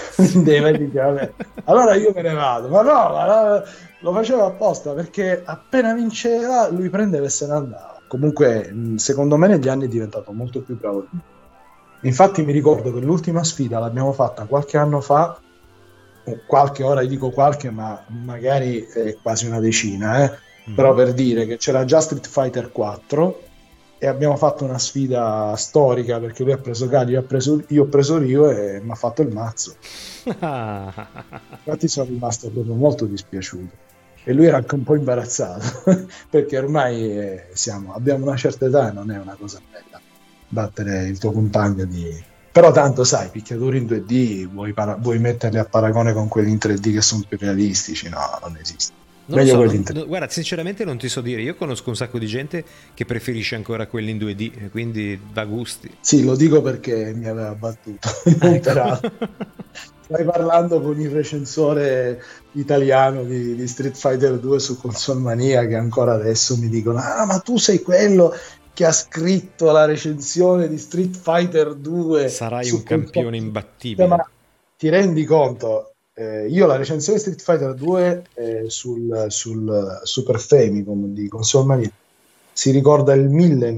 Vabbè. Allora io me ne vado, ma no, lo faceva apposta, perché appena vinceva lui prendeva e se ne andava. Comunque, secondo me negli anni è diventato molto più bravo. Infatti mi ricordo che l'ultima sfida l'abbiamo fatta qualche anno fa, qualche ora, io dico qualche, ma magari è quasi una decina, però per dire che c'era già Street Fighter 4 e abbiamo fatto una sfida storica, perché lui ha preso Gali, io ho preso Rio e mi ha fatto il mazzo. Infatti sono rimasto proprio molto dispiaciuto e lui era anche un po' imbarazzato perché ormai abbiamo una certa età e non è una cosa bella battere il tuo compagno però tanto sai, picchiatori in 2D vuoi metterli a paragone con quelli in 3D che sono più realistici? No, non esiste. Guarda, sinceramente non ti so dire, io conosco un sacco di gente che preferisce ancora quelli in 2D, quindi va gusti. Sì, lo dico perché mi aveva battuto. Peraltro. Stai parlando con il recensore italiano di Street Fighter 2 su Console Mania, che ancora adesso mi dicono: ah, ma tu sei quello che ha scritto la recensione di Street Fighter 2. Sarai un campione imbattibile. Ma ti rendi conto? Io la recensione di Street Fighter 2 sul Super Famicom di Console Mania si ricorda il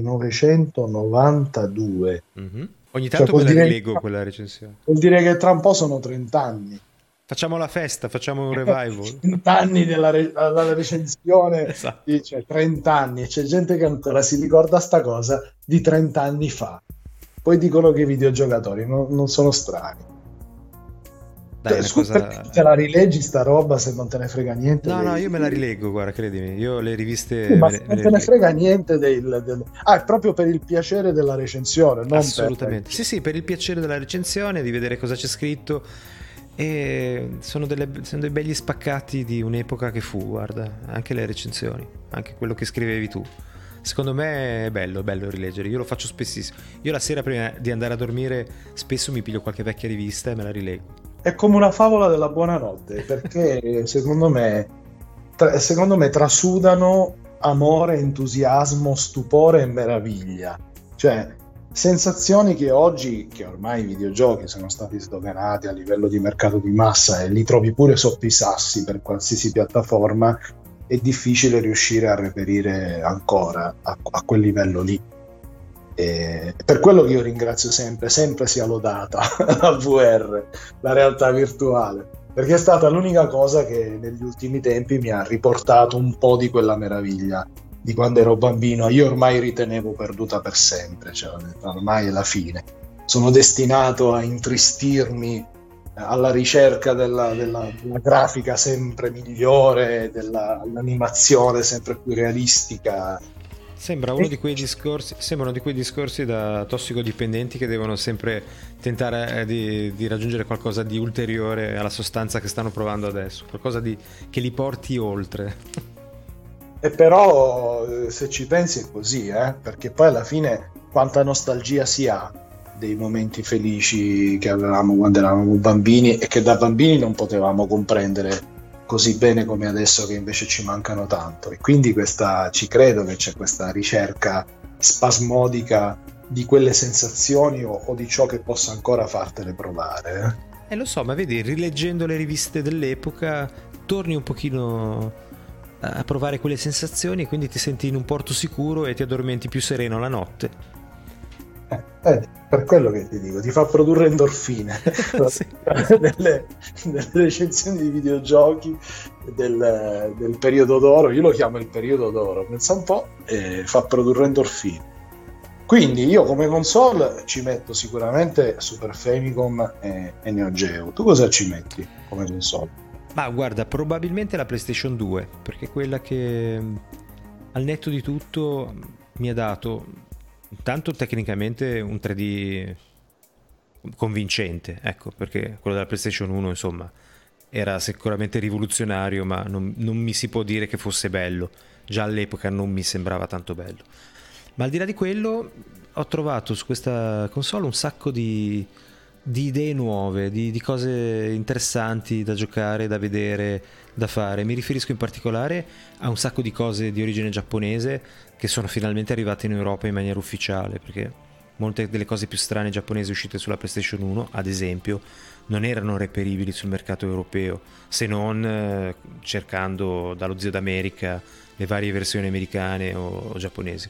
1992. Mm-hmm. Ogni tanto me la rilego quella recensione. Vuol dire che tra un po' sono 30 anni. Facciamo la festa, facciamo un revival. 30 anni dalla recensione, esatto. Dice 30 anni, e c'è gente che ancora si ricorda sta cosa di 30 anni fa. Poi dicono che i videogiocatori non sono strani. Dai, Perché te la rileggi sta roba se non te ne frega niente? No, io me la rilego, guarda, credimi. Io le riviste... Sì, ma se non te ne frega niente è proprio per il piacere della recensione, non assolutamente. Sì, per il piacere della recensione, di vedere cosa c'è scritto. E sono dei begli spaccati di un'epoca che fu, guarda, anche le recensioni, anche quello che scrivevi tu. Secondo me è bello rileggere, io lo faccio spessissimo. Io la sera prima di andare a dormire spesso mi piglio qualche vecchia rivista e me la rilego. È come una favola della buonanotte, perché secondo me trasudano amore, entusiasmo, stupore e meraviglia. Cioè, sensazioni che oggi, che ormai i videogiochi sono stati sdoganati a livello di mercato di massa e li trovi pure sotto i sassi per qualsiasi piattaforma, è difficile riuscire a reperire ancora a quel livello lì. E per quello che io ringrazio sempre sia lodata la VR, la realtà virtuale, perché è stata l'unica cosa che negli ultimi tempi mi ha riportato un po' di quella meraviglia di quando ero bambino. Io ormai ritenevo perduta per sempre, cioè ormai è la fine. Sono destinato a intristirmi alla ricerca della grafica sempre migliore, dell'animazione sempre più realistica. Sembra uno di quei discorsi da tossicodipendenti che devono sempre tentare di raggiungere qualcosa di ulteriore alla sostanza che stanno provando adesso, qualcosa che li porti oltre. E però se ci pensi è così, perché poi alla fine quanta nostalgia si ha dei momenti felici che avevamo quando eravamo bambini e che da bambini non potevamo comprendere così bene come adesso, che invece ci mancano tanto. E quindi ci credo che c'è questa ricerca spasmodica di quelle sensazioni o di ciò che possa ancora fartele provare. Lo so, ma vedi, rileggendo le riviste dell'epoca torni un pochino a provare quelle sensazioni, quindi ti senti in un porto sicuro e ti addormenti più sereno la notte. Per quello che ti dico, ti fa produrre endorfine. Sì. Nelle recensioni di videogiochi del periodo d'oro, io lo chiamo il periodo d'oro, pensa un po', fa produrre endorfine. Quindi io come console ci metto sicuramente Super Famicom e Neo Geo. Tu cosa ci metti come console? Ma guarda, probabilmente la PlayStation 2, perché è quella che al netto di tutto mi ha dato intanto tecnicamente un 3D convincente, ecco, perché quello della PlayStation 1 insomma era sicuramente rivoluzionario, ma non mi si può dire che fosse bello, già all'epoca non mi sembrava tanto bello. Ma al di là di quello ho trovato su questa console un sacco di idee nuove, di cose interessanti da giocare, da vedere, da fare. Mi riferisco in particolare a un sacco di cose di origine giapponese che sono finalmente arrivate in Europa in maniera ufficiale, perché molte delle cose più strane giapponesi uscite sulla PlayStation 1, ad esempio, non erano reperibili sul mercato europeo, se non cercando dallo zio d'America le varie versioni americane o giapponesi.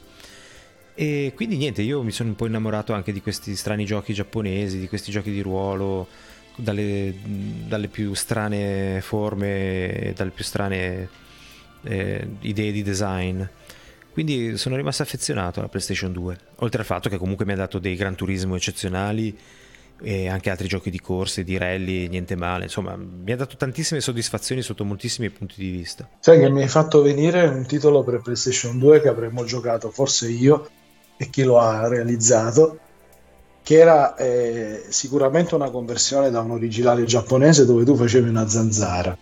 E quindi niente, io mi sono un po' innamorato anche di questi strani giochi giapponesi, di questi giochi di ruolo, dalle più strane forme, dalle più strane idee di design. Quindi sono rimasto affezionato alla PlayStation 2, oltre al fatto che comunque mi ha dato dei Gran Turismo eccezionali e anche altri giochi di corse, di rally, niente male. Insomma, mi ha dato tantissime soddisfazioni sotto moltissimi punti di vista. Sai che mi hai fatto venire un titolo per PlayStation 2 che avremmo giocato forse io e chi lo ha realizzato, che era sicuramente una conversione da un originale giapponese dove tu facevi una zanzara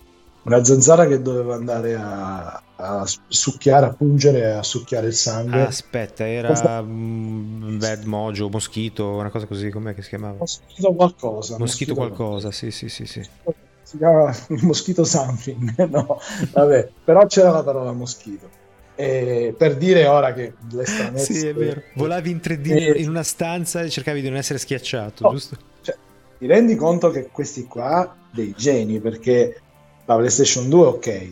che doveva andare a succhiare, a pungere e a succhiare il sangue. Aspetta, era Bad Mojo, Moschito, una cosa così, com'è che si chiamava? Moschito qualcosa. Moschito qualcosa, sì. Si chiama Moschito something, no, vabbè, però c'era la parola moschito. Per dire ora che l'estranesso... Sì, è vero. Volavi in 3D in una stanza e cercavi di non essere schiacciato, giusto? Cioè, ti rendi conto che questi qua dei geni, perché la PlayStation 2 ok,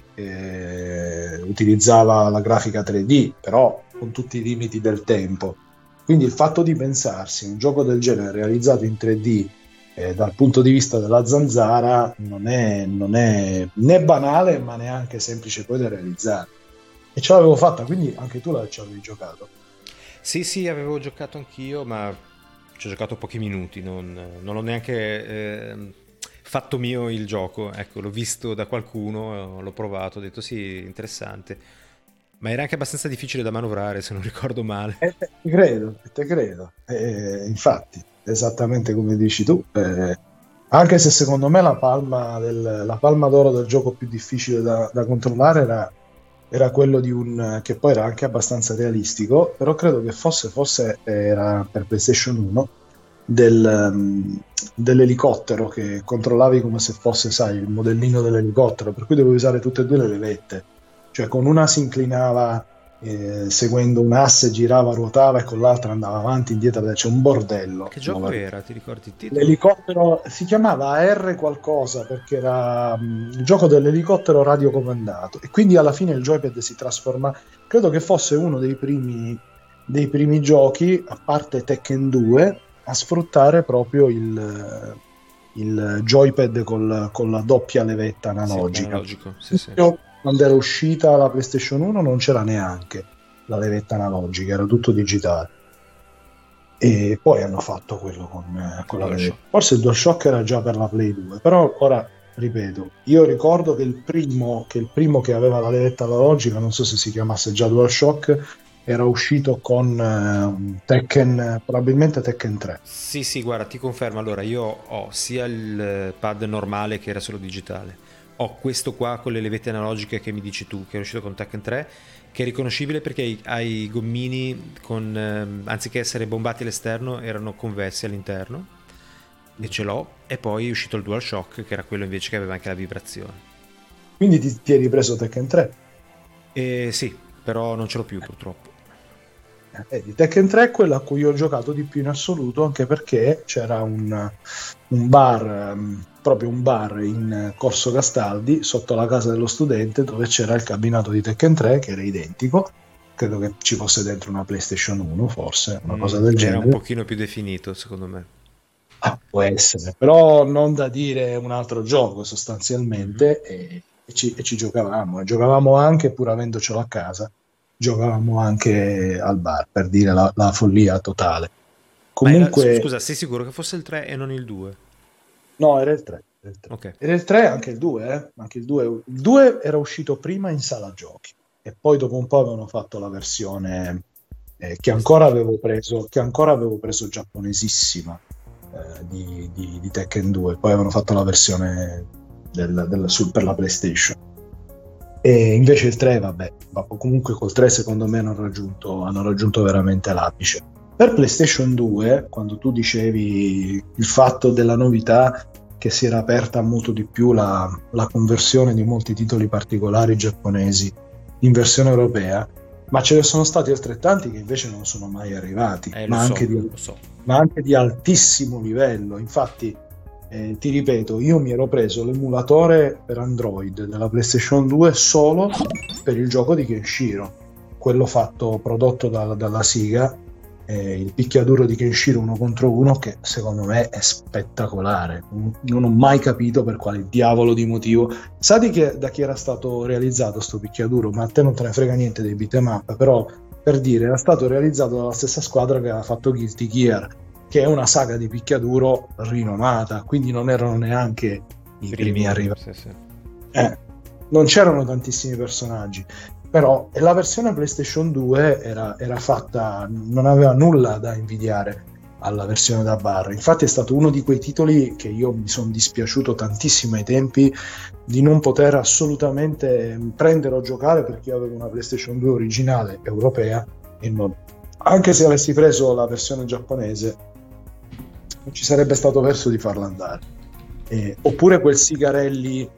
utilizzava la grafica 3D, però con tutti i limiti del tempo. Quindi il fatto di pensarsi un gioco del genere realizzato in 3D dal punto di vista della zanzara non è né banale, ma neanche semplice poi da realizzare. E ce l'avevo fatta, quindi anche tu ci avevi giocato? Sì, avevo giocato anch'io, ma ci ho giocato pochi minuti, non ho neanche fatto mio il gioco. Ecco, l'ho visto da qualcuno, l'ho provato, ho detto sì, interessante. Ma era anche abbastanza difficile da manovrare, se non ricordo male. Te credo. Infatti, esattamente come dici tu. Anche se secondo me la palma d'oro del gioco più difficile da controllare era quello di che poi era anche abbastanza realistico, però credo che forse era per PlayStation 1 dell'elicottero, che controllavi come se fosse, sai, il modellino dell'elicottero, per cui dovevi usare tutte e due le levette, cioè con una si inclinava seguendo un asse girava, ruotava e con l'altra andava avanti, indietro, c'è un bordello. Che gioco era? Ti ricordi il titolo? L'elicottero si chiamava AR qualcosa perché era il gioco dell'elicottero radiocomandato, e quindi alla fine il joypad si trasforma, credo che fosse uno dei primi giochi, a parte Tekken 2, a sfruttare proprio il joypad con la doppia levetta analogica. Sì. Quando era uscita la PlayStation 1 non c'era neanche la levetta analogica, era tutto digitale. E poi hanno fatto quello con la levetta. Forse il DualShock era già per la Play 2, però ora ripeto, io ricordo che il primo che aveva la levetta analogica, non so se si chiamasse già DualShock, era uscito con Tekken, probabilmente Tekken 3. Sì, guarda, ti confermo. Allora, io ho sia il pad normale che era solo digitale, ho questo qua con le levette analogiche che mi dici tu, che è uscito con Tekken 3, che è riconoscibile perché i gommini, anziché essere bombati all'esterno, erano convessi all'interno, e ce l'ho. E poi è uscito il DualShock, che era quello invece che aveva anche la vibrazione. Quindi ti hai ripreso Tekken 3? Sì, però non ce l'ho più purtroppo. Di Tekken 3 è quello a cui ho giocato di più in assoluto, anche perché c'era un bar, proprio un bar in Corso Castaldi sotto la casa dello studente, dove c'era il cabinato di Tekken 3 che era identico. Credo che ci fosse dentro una PlayStation 1, forse una cosa del genere. Era un pochino più definito, secondo me. Può essere, però non da dire un altro gioco sostanzialmente. E ci giocavamo anche, pur avendocelo a casa, giocavamo anche al bar, per dire la follia totale. Comunque, scusa, sei sicuro che fosse il 3 e non il 2? No, era il 3. Okay. Era il 3, anche il 2, anche il 2. Il 2 era uscito prima in sala giochi e poi dopo un po' avevano fatto la versione che ancora avevo preso giapponesissima di Tekken 2. Poi avevano fatto la versione per la PlayStation. E invece il 3, vabbè, comunque col 3 secondo me hanno raggiunto veramente l'apice. Per PlayStation 2, quando tu dicevi il fatto della novità, che si era aperta molto di più la conversione di molti titoli particolari giapponesi in versione europea, ma ce ne sono stati altrettanti che invece non sono mai arrivati, ma anche di altissimo livello. Infatti, ti ripeto, io mi ero preso l'emulatore per Android della PlayStation 2 solo per il gioco di Kenshiro, quello prodotto dalla Sega, il picchiaduro di Kenshiro 1 contro 1, che secondo me è spettacolare. Non ho mai capito per quale diavolo di motivo. Sa da chi era stato realizzato sto picchiaduro? Ma a te non te ne frega niente dei beat'em up, però per dire, era stato realizzato dalla stessa squadra che aveva fatto Guilty Gear, che è una saga di picchiaduro rinomata, quindi non erano neanche i primi arrivati. Sì. Non c'erano tantissimi personaggi, però la versione PlayStation 2 era fatta, non aveva nulla da invidiare alla versione da bar. Infatti è stato uno di quei titoli che io mi sono dispiaciuto tantissimo ai tempi di non poter assolutamente prendere o giocare, perché io avevo una PlayStation 2 originale europea e anche se avessi preso la versione giapponese non ci sarebbe stato verso di farla andare. Oppure quel Sigarelli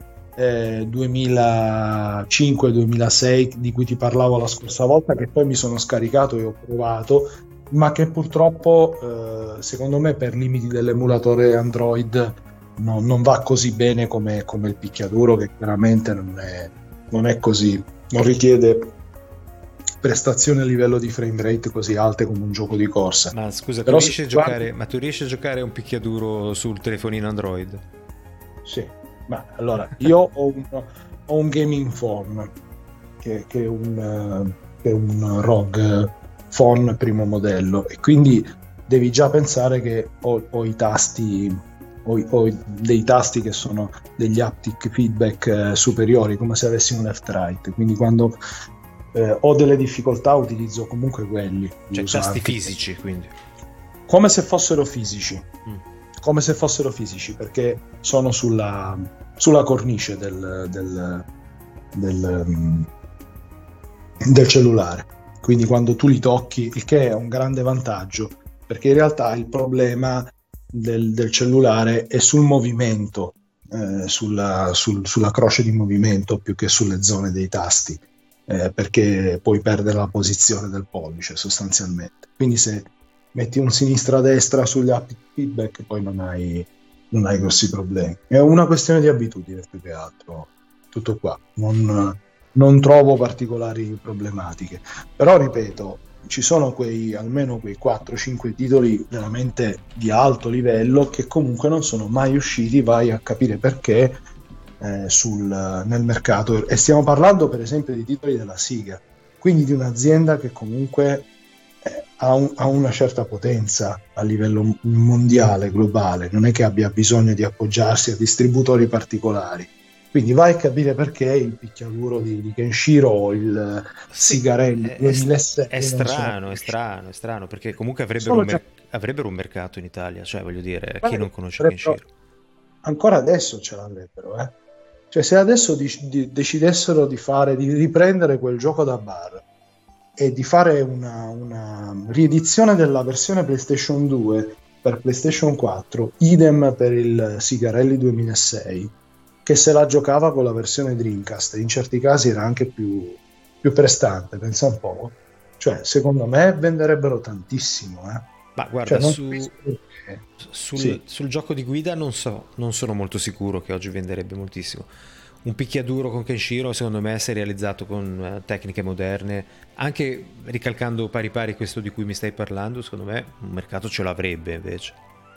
2005-2006 di cui ti parlavo la scorsa volta, che poi mi sono scaricato e ho provato, ma che purtroppo secondo me per limiti dell'emulatore Android non va così bene come il picchiaduro, che chiaramente non è così, non richiede prestazioni a livello di frame rate così alte come un gioco di corsa. Ma scusa, tu riesci a giocare un picchiaduro sul telefonino Android? Sì, ma allora io ho un gaming phone che è un ROG phone primo modello, e quindi devi già pensare che ho i tasti, ho dei tasti che sono degli haptic feedback superiori, come se avessi un left right, quindi quando ho delle difficoltà utilizzo comunque quelli, cioè tasti fisici, quindi come se fossero fisici, perché sono sulla cornice del cellulare, quindi quando tu li tocchi, il che è un grande vantaggio, perché in realtà il problema del cellulare è sul movimento, sulla croce di movimento, più che sulle zone dei tasti. perché puoi perdere la posizione del pollice sostanzialmente. Quindi se metti un sinistra-destra sugli haptic feedback poi non hai grossi problemi. È una questione di abitudine più che altro, tutto qua. Non trovo particolari problematiche. Però ripeto, ci sono almeno quei 4-5 titoli veramente di alto livello che comunque non sono mai usciti, vai a capire perché, nel mercato. E stiamo parlando per esempio di titoli della Sega, quindi di un'azienda che comunque ha una certa potenza a livello mondiale, globale, non è che abbia bisogno di appoggiarsi a distributori particolari. Quindi vai a capire perché il picchiaduro di Kenshiro o il Sì, Sigarelli 2006 è non sono strano, è strano, è strano, perché comunque sono già avrebbero un mercato in Italia, cioè voglio dire, chi non conosce avrebbero- Kenshiro? ancora adesso ce l'avrebbero, eh. Cioè se adesso decidessero di riprendere quel gioco da bar e di fare una riedizione della versione PlayStation 2 per PlayStation 4, idem per il Sigarelli 2006, che se la giocava con la versione Dreamcast, in certi casi era anche più prestante, pensa un po'. Cioè, secondo me venderebbero tantissimo, eh. Ma Cioè, guarda, non capisco perché. Sì. sul gioco di guida non so, non sono molto sicuro che oggi venderebbe moltissimo. Un picchiaduro con Kenshiro, secondo me, se realizzato con tecniche moderne, anche ricalcando pari pari questo di cui mi stai parlando, secondo me un mercato ce l'avrebbe invece.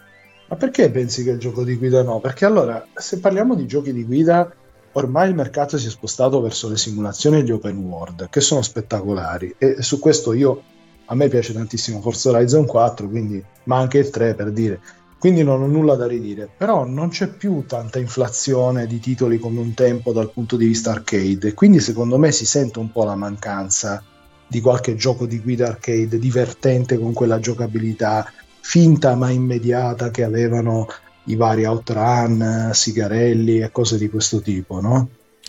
Ma perché pensi che il gioco di guida no? Perché allora, se parliamo di giochi di guida, ormai il mercato si è spostato verso le simulazioni e gli open world, che sono spettacolari. E su questo a me piace tantissimo Forza Horizon 4, ma anche il 3 per dire. Quindi non ho nulla da ridire. Però non c'è più tanta inflazione di titoli come un tempo dal punto di vista arcade. E quindi secondo me si sente un po' la mancanza di qualche gioco di guida arcade divertente con quella giocabilità finta ma immediata che avevano i vari Outrun, Sigarelli e cose di questo tipo, no?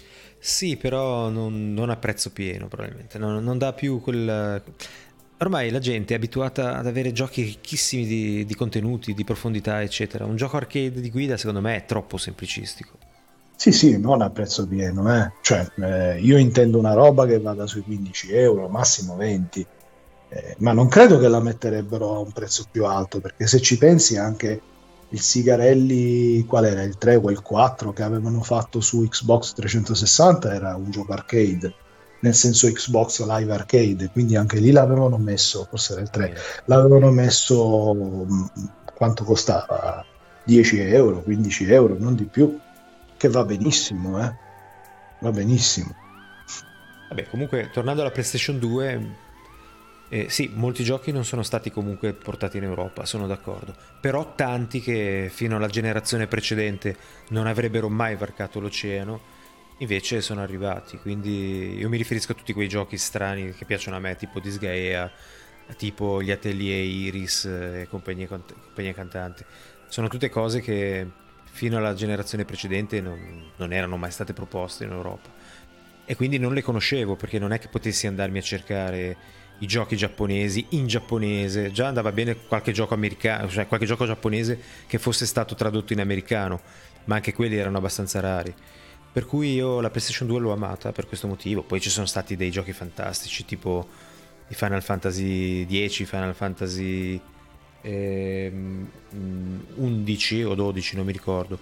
Sì, però non a prezzo pieno, probabilmente. Non dà più quel. Ormai la gente è abituata ad avere giochi ricchissimi di contenuti, di profondità, eccetera. Un gioco arcade di guida, secondo me, è troppo semplicistico. Sì, sì, non a prezzo pieno, eh. Cioè, io intendo una roba che vada sui 15 euro, massimo 20, ma non credo che la metterebbero a un prezzo più alto, perché se ci pensi anche il Sigarelli, qual era il 3 o il 4 che avevano fatto su Xbox 360 era un gioco arcade, nel senso Xbox Live Arcade, quindi anche lì l'avevano messo, forse era il 3, l'avevano messo, quanto costava? 10 euro, 15 euro, non di più, che va benissimo, va benissimo. Vabbè, comunque, tornando alla PlayStation 2, sì, molti giochi non sono stati comunque portati in Europa, sono d'accordo. Però tanti che fino alla generazione precedente non avrebbero mai varcato l'oceano, invece sono arrivati. Quindi io mi riferisco a tutti quei giochi strani che piacciono a me, tipo Disgaea, tipo gli Atelier Iris e compagnia cantante. Sono tutte cose che fino alla generazione precedente non erano mai state proposte in Europa. E quindi non le conoscevo, perché non è che potessi andarmi a cercare i giochi giapponesi in giapponese. Già andava bene qualche gioco americano, cioè qualche gioco giapponese che fosse stato tradotto in americano, ma anche quelli erano abbastanza rari. Per cui io la PlayStation 2 l'ho amata per questo motivo. Poi ci sono stati dei giochi fantastici, tipo i Final Fantasy 10, Final Fantasy 11 o 12, non mi ricordo.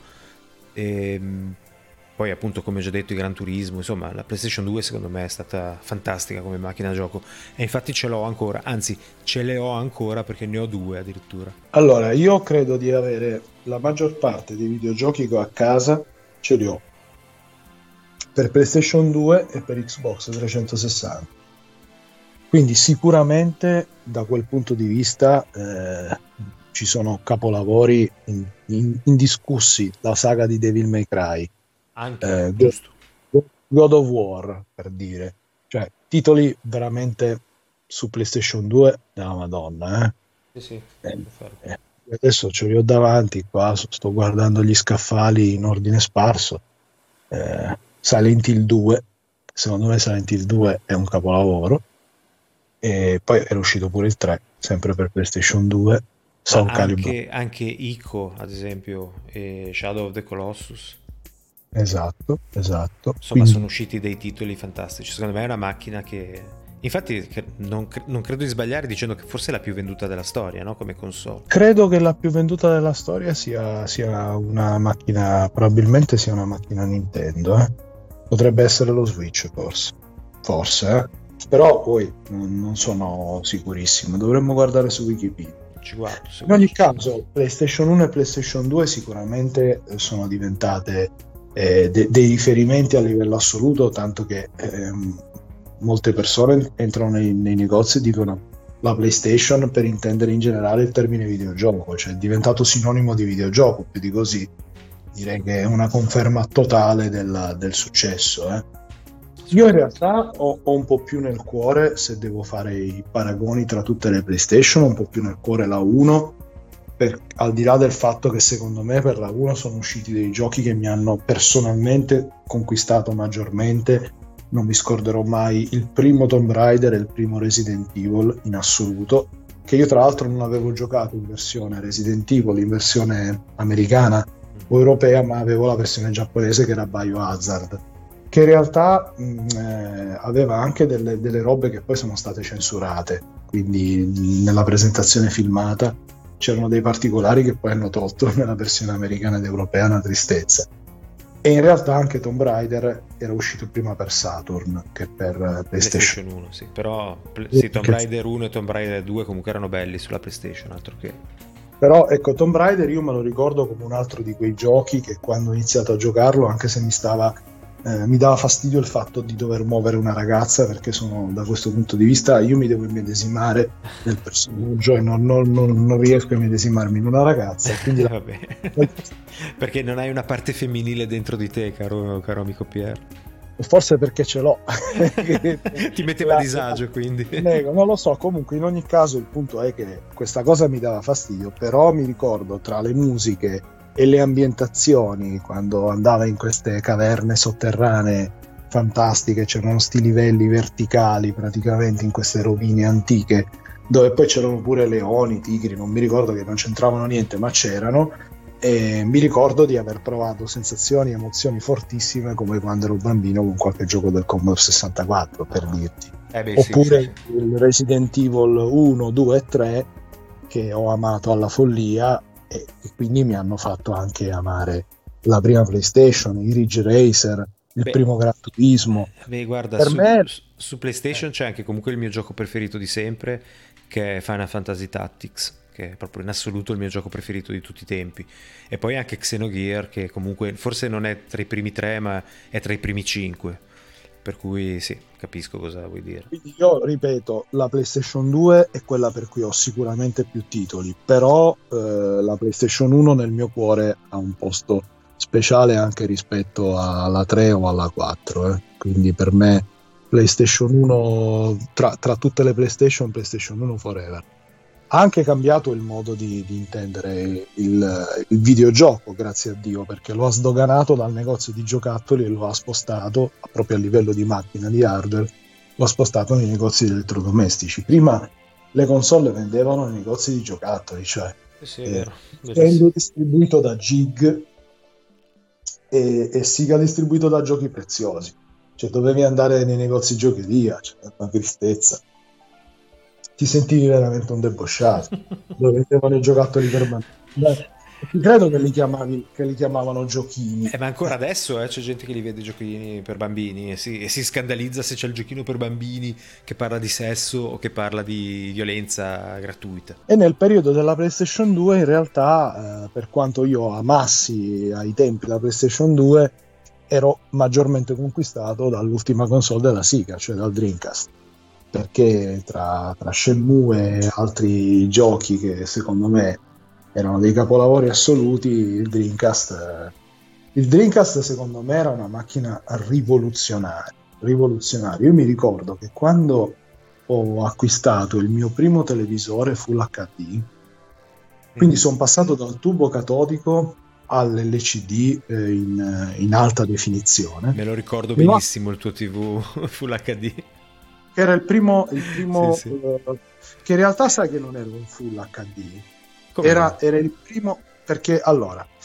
Poi appunto, come ho già detto, i Gran Turismo. Insomma, la PlayStation 2 secondo me è stata fantastica come macchina da gioco, e infatti ce l'ho ancora, anzi ce le ho ancora perché ne ho due addirittura. Allora, io credo di avere la maggior parte dei videogiochi che ho a casa, ce li ho per PlayStation 2 e per Xbox 360. Quindi sicuramente da quel punto di vista ci sono capolavori indiscussi, la saga di Devil May Cry, Anche, giusto. God of War, per dire, cioè titoli veramente su PlayStation 2 della Madonna, Sì, sì, eh, adesso ce li ho davanti qua, sto guardando gli scaffali in ordine sparso. Silent Hill 2, secondo me Silent Hill 2 è un capolavoro, e poi era uscito pure il 3 sempre per PlayStation 2, ma Soul Calibur. anche Ico, ad esempio, e Shadow of the Colossus. Esatto. Insomma, Quindi sono usciti dei titoli fantastici. Secondo me è una macchina che... Infatti non credo di sbagliare dicendo che forse è la più venduta della storia, no? Come console. credo che la più venduta della storia sia una macchina, probabilmente sia una macchina Nintendo, eh. Potrebbe essere lo Switch, forse, eh. Però poi non sono sicurissimo, dovremmo guardare su Wikipedia. Ci guardo, In ogni sicuro. caso, PlayStation 1 e PlayStation 2 sicuramente sono diventate dei riferimenti a livello assoluto, tanto che molte persone entrano nei negozi e dicono la PlayStation per intendere in generale il termine videogioco, cioè è diventato sinonimo di videogioco, più di così. Direi che è una conferma totale del successo. Io in realtà ho un po' più nel cuore, se devo fare i paragoni tra tutte le PlayStation, un po' più nel cuore la 1, al di là del fatto che secondo me per la 1 sono usciti dei giochi che mi hanno personalmente conquistato maggiormente. Non mi scorderò mai il primo Tomb Raider e il primo Resident Evil in assoluto, che io tra l'altro non avevo giocato in versione Resident Evil, in versione americana o europea, ma avevo la versione giapponese che era Biohazard, che in realtà aveva anche delle robe che poi sono state censurate, quindi nella presentazione filmata c'erano dei particolari che poi hanno tolto nella versione americana ed europea, una tristezza. E in realtà anche Tomb Raider era uscito prima per Saturn che per PlayStation. PlayStation 1, sì. Però sì, Tomb Raider 1 e Tomb Raider 2 comunque erano belli sulla PlayStation, altro che... Però ecco, Tomb Raider io me lo ricordo come un altro di quei giochi che quando ho iniziato a giocarlo, anche se mi dava fastidio il fatto di dover muovere una ragazza, perché da questo punto di vista io mi devo immedesimare nel personaggio e non riesco a immedesimarmi in una ragazza. Quindi Vabbè. Perché non hai una parte femminile dentro di te, caro amico Pier. Forse perché ce l'ho. Ti metteva a disagio, quindi. Non lo so, comunque in ogni caso il punto è che questa cosa mi dava fastidio, però mi ricordo tra le musiche e le ambientazioni, quando andava in queste caverne sotterranee fantastiche, c'erano sti livelli verticali praticamente in queste rovine antiche, dove poi c'erano pure leoni, tigri, non mi ricordo, che non c'entravano niente, ma c'erano. E mi ricordo di aver provato sensazioni, emozioni fortissime come quando ero bambino con qualche gioco del Commodore 64, per dirti. Oppure sì. il Resident Evil 1, 2 e 3 che ho amato alla follia e quindi mi hanno fatto anche amare la prima PlayStation, i Ridge Racer, il primo Gran Turismo. Guarda, per me su PlayStation c'è anche comunque il mio gioco preferito di sempre, che è Final Fantasy Tactics, che è proprio in assoluto il mio gioco preferito di tutti i tempi. E poi anche Xenogear, che comunque forse non è tra i primi 3, ma è tra i primi 5. Per cui sì, capisco cosa vuoi dire. Quindi io ripeto, la PlayStation 2 è quella per cui ho sicuramente più titoli, però la PlayStation 1 nel mio cuore ha un posto speciale anche rispetto alla 3 o alla 4. Quindi per me PlayStation 1, tra tutte le PlayStation 1 forever. Ha anche cambiato il modo di intendere il videogioco, grazie a Dio, perché lo ha sdoganato dal negozio di giocattoli e lo ha spostato, proprio a livello di macchina, di hardware, lo ha spostato nei negozi di elettrodomestici. Prima le console vendevano nei negozi di giocattoli, cioè Nintendo distribuito da Gig e Sega distribuito da Giochi Preziosi. Cioè dovevi andare nei negozi giocheria, cioè una tristezza. Ti sentivi veramente un debosciato. Dove vendevano i giocattoli per bambini. Credo che li chiamavano giochini. Ma ancora adesso c'è gente che li vede giochini per bambini e si scandalizza se c'è il giochino per bambini che parla di sesso o che parla di violenza gratuita. E nel periodo della PlayStation 2 in realtà, per quanto io amassi ai tempi la PlayStation 2, ero maggiormente conquistato dall'ultima console della Sega, cioè dal Dreamcast, perché tra Shenmue e altri giochi che secondo me erano dei capolavori assoluti, il Dreamcast secondo me era una macchina rivoluzionaria. Io mi ricordo che quando ho acquistato il mio primo televisore Full HD, quindi sono passato dal tubo catodico all'LCD in alta definizione. Me lo ricordo benissimo il tuo TV Full HD. Che era il primo sì. Che in realtà sai che non era un Full HD. Era il primo, perché allora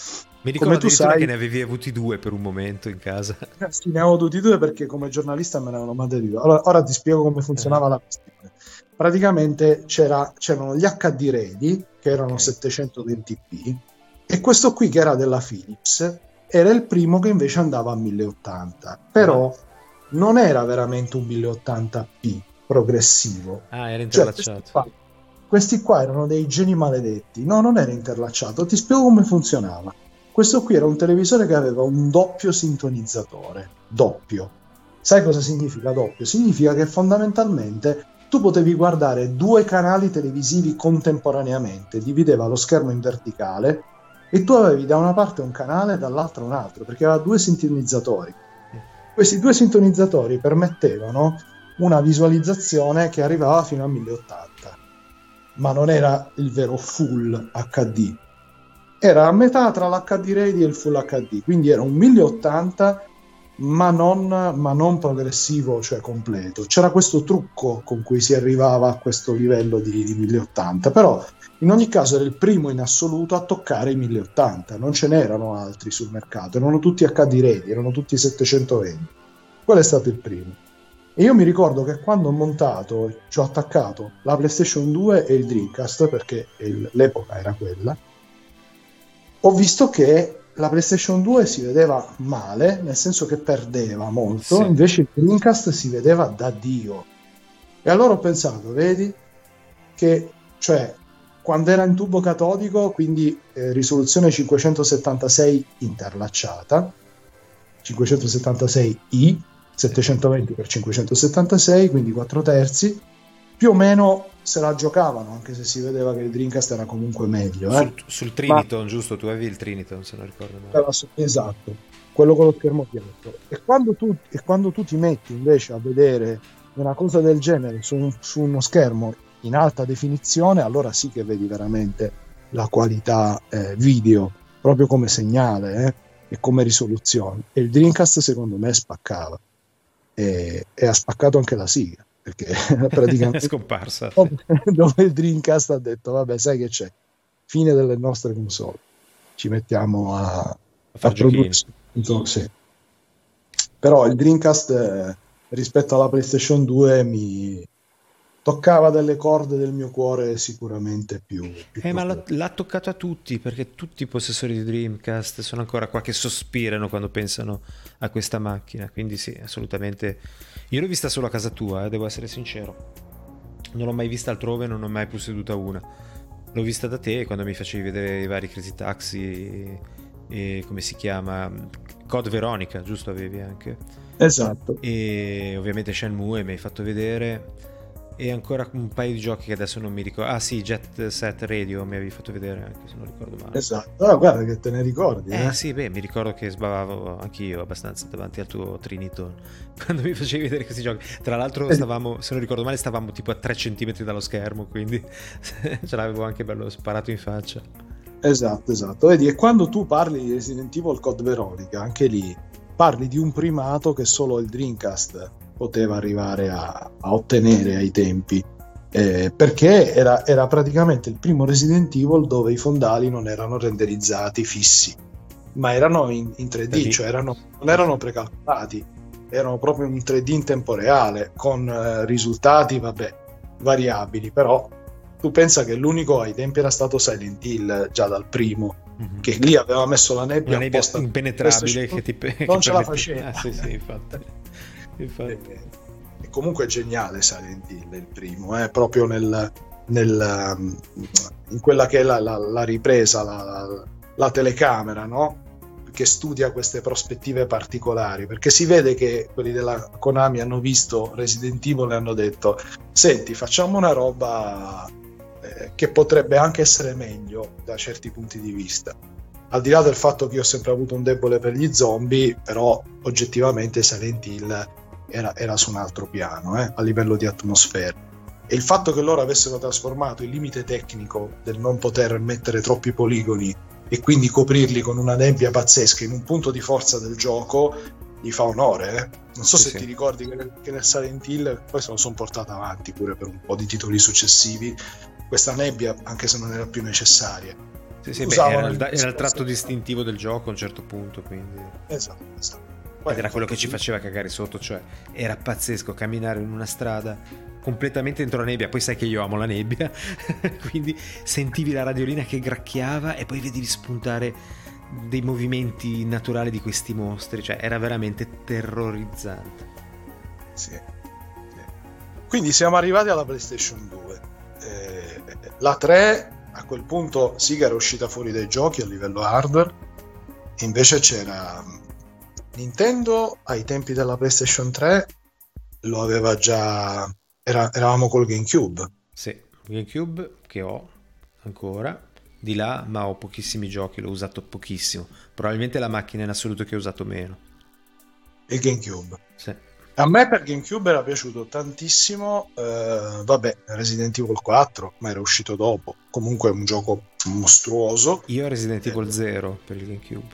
Mi ricordo come tu addirittura sai, che ne avevi avuti 2 per un momento in casa. sì, ne avevo tutti due perché come giornalista me ne avevano mandati due. Allora, ora ti spiego come funzionava la questione. Praticamente c'erano gli HD ready, che erano Ok. 720p, e questo qui che era della Philips era il primo che invece andava a 1080, però non era veramente un 1080p progressivo. Ah, era Cioè, interlacciato. questi qua erano dei geni maledetti. No, non era interlacciato. Ti spiego come funzionava. Questo qui era un televisore che aveva un doppio sintonizzatore. Doppio. Sai cosa significa doppio? Significa che fondamentalmente tu potevi guardare 2 canali televisivi contemporaneamente, divideva lo schermo in verticale e tu avevi da una parte un canale e dall'altra un altro, perché aveva 2 sintonizzatori. Questi 2 sintonizzatori permettevano una visualizzazione che arrivava fino a 1080, ma non era il vero full HD. Era a metà tra l'HD Ready e il Full HD, quindi era un 1080 ma non progressivo, cioè completo. C'era questo trucco con cui si arrivava a questo livello di 1080, però in ogni caso era il primo in assoluto a toccare i 1080, non ce n'erano altri sul mercato, erano tutti HD Ready, erano tutti 720. Quello è stato il primo. E io mi ricordo che quando ho montato, ci ho attaccato la PlayStation 2 e il Dreamcast, perché l'epoca era quella, ho visto che la PlayStation 2 si vedeva male, nel senso che perdeva molto, Sì. invece il Dreamcast si vedeva da Dio. E allora ho pensato, vedi, che cioè quando era in tubo catodico, quindi risoluzione 576 interlacciata, 576i, 720x576, quindi 4 terzi, più o meno se la giocavano, anche se si vedeva che il Dreamcast era comunque meglio. Sul Triniton, giusto? Tu avevi il Triniton, se non ricordo male. Esatto, quello con lo schermo piatto. E quando tu ti metti invece a vedere una cosa del genere su uno schermo in alta definizione, allora sì che vedi veramente la qualità video, proprio come segnale e come risoluzione. E il Dreamcast secondo me spaccava. E ha spaccato anche la Sega, perché praticamente è scomparsa. dove il Dreamcast ha detto vabbè, sai che c'è, fine delle nostre console, ci mettiamo a produrre. Sì. Però il Dreamcast rispetto alla PlayStation 2 mi toccava delle corde del mio cuore sicuramente più ma l'ha toccato a tutti, perché tutti i possessori di Dreamcast sono ancora qua che sospirano quando pensano a questa macchina, quindi sì, assolutamente. Io l'ho vista solo a casa tua, devo essere sincero, non l'ho mai vista altrove, non ho mai posseduta una. L'ho vista da te quando mi facevi vedere i vari Crazy Taxi e come si chiama, Code Veronica, giusto, avevi anche? Esatto. E ovviamente Shenmue mi hai fatto vedere, e ancora un paio di giochi che adesso non mi ricordo. Ah sì, Jet Set Radio mi avevi fatto vedere anche, se non ricordo male. Esatto, allora, guarda che te ne ricordi. Sì, beh, mi ricordo che sbavavo anch'io abbastanza davanti al tuo Triniton quando mi facevi vedere questi giochi. Tra l'altro stavamo, se non ricordo male, stavamo tipo a 3 centimetri dallo schermo, quindi ce l'avevo anche bello sparato in faccia. Esatto. Vedi, e quando tu parli di Resident Evil Code Veronica, anche lì parli di un primato che solo il Dreamcast poteva arrivare a ottenere ai tempi, perché era praticamente il primo Resident Evil dove i fondali non erano renderizzati fissi, ma erano in 3D, cioè non erano precalcolati, erano proprio in 3D in tempo reale, con risultati, variabili, però tu pensa che l'unico ai tempi era stato Silent Hill, già dal primo, che lì aveva messo la nebbia apposta impenetrabile non ce la faceva. Sì, infatti. E comunque è geniale Silent Hill, il primo, proprio in quella che è la ripresa, la telecamera, no? Che studia queste prospettive particolari, perché si vede che quelli della Konami hanno visto Resident Evil e hanno detto: senti, facciamo una roba che potrebbe anche essere meglio da certi punti di vista, al di là del fatto che io ho sempre avuto un debole per gli zombie, però oggettivamente Silent Hill era su un altro piano, a livello di atmosfera. E il fatto che loro avessero trasformato il limite tecnico del non poter mettere troppi poligoni e quindi coprirli con una nebbia pazzesca in un punto di forza del gioco gli fa onore. Non so se ti ricordi che nel Silent Hill poi se lo sono portato avanti pure per un po' di titoli successivi, questa nebbia, anche se non era più necessaria. Sì, beh, usavano era il tratto distintivo del gioco a un certo punto, quindi. Esatto. Poi Ed era quello che ci fatto faceva cagare sotto, cioè era pazzesco camminare in una strada completamente dentro la nebbia, poi sai che io amo la nebbia, quindi sentivi la radiolina che gracchiava e poi vedevi spuntare dei movimenti naturali di questi mostri, cioè era veramente terrorizzante. sì. Quindi siamo arrivati alla PlayStation 2. La 3 a quel punto sì che era uscita fuori dai giochi a livello hardware, invece c'era Nintendo ai tempi della PlayStation 3 lo aveva già, eravamo col GameCube. Sì, GameCube che ho ancora di là, ma ho pochissimi giochi, l'ho usato pochissimo, probabilmente la macchina in assoluto che ho usato meno. Il GameCube. Sì. A me per GameCube era piaciuto tantissimo, vabbè, Resident Evil 4, ma era uscito dopo. Comunque è un gioco mostruoso. Io ho Resident Evil 0 per il GameCube.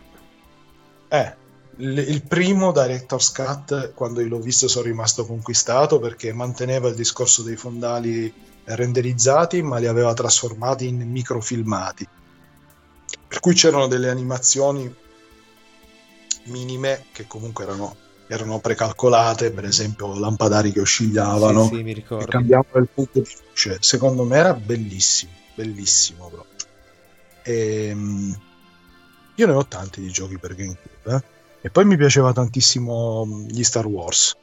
Il primo Director's Cut, quando l'ho visto sono rimasto conquistato perché manteneva il discorso dei fondali renderizzati, ma li aveva trasformati in microfilmati. Per cui c'erano delle animazioni minime che comunque erano precalcolate, per esempio lampadari che oscillavano, sì, mi ricordo. che cambiavano il punto di luce. Secondo me era bellissimo proprio. Io ne ho tanti di giochi per GameCube, e poi mi piaceva tantissimo gli Star Wars.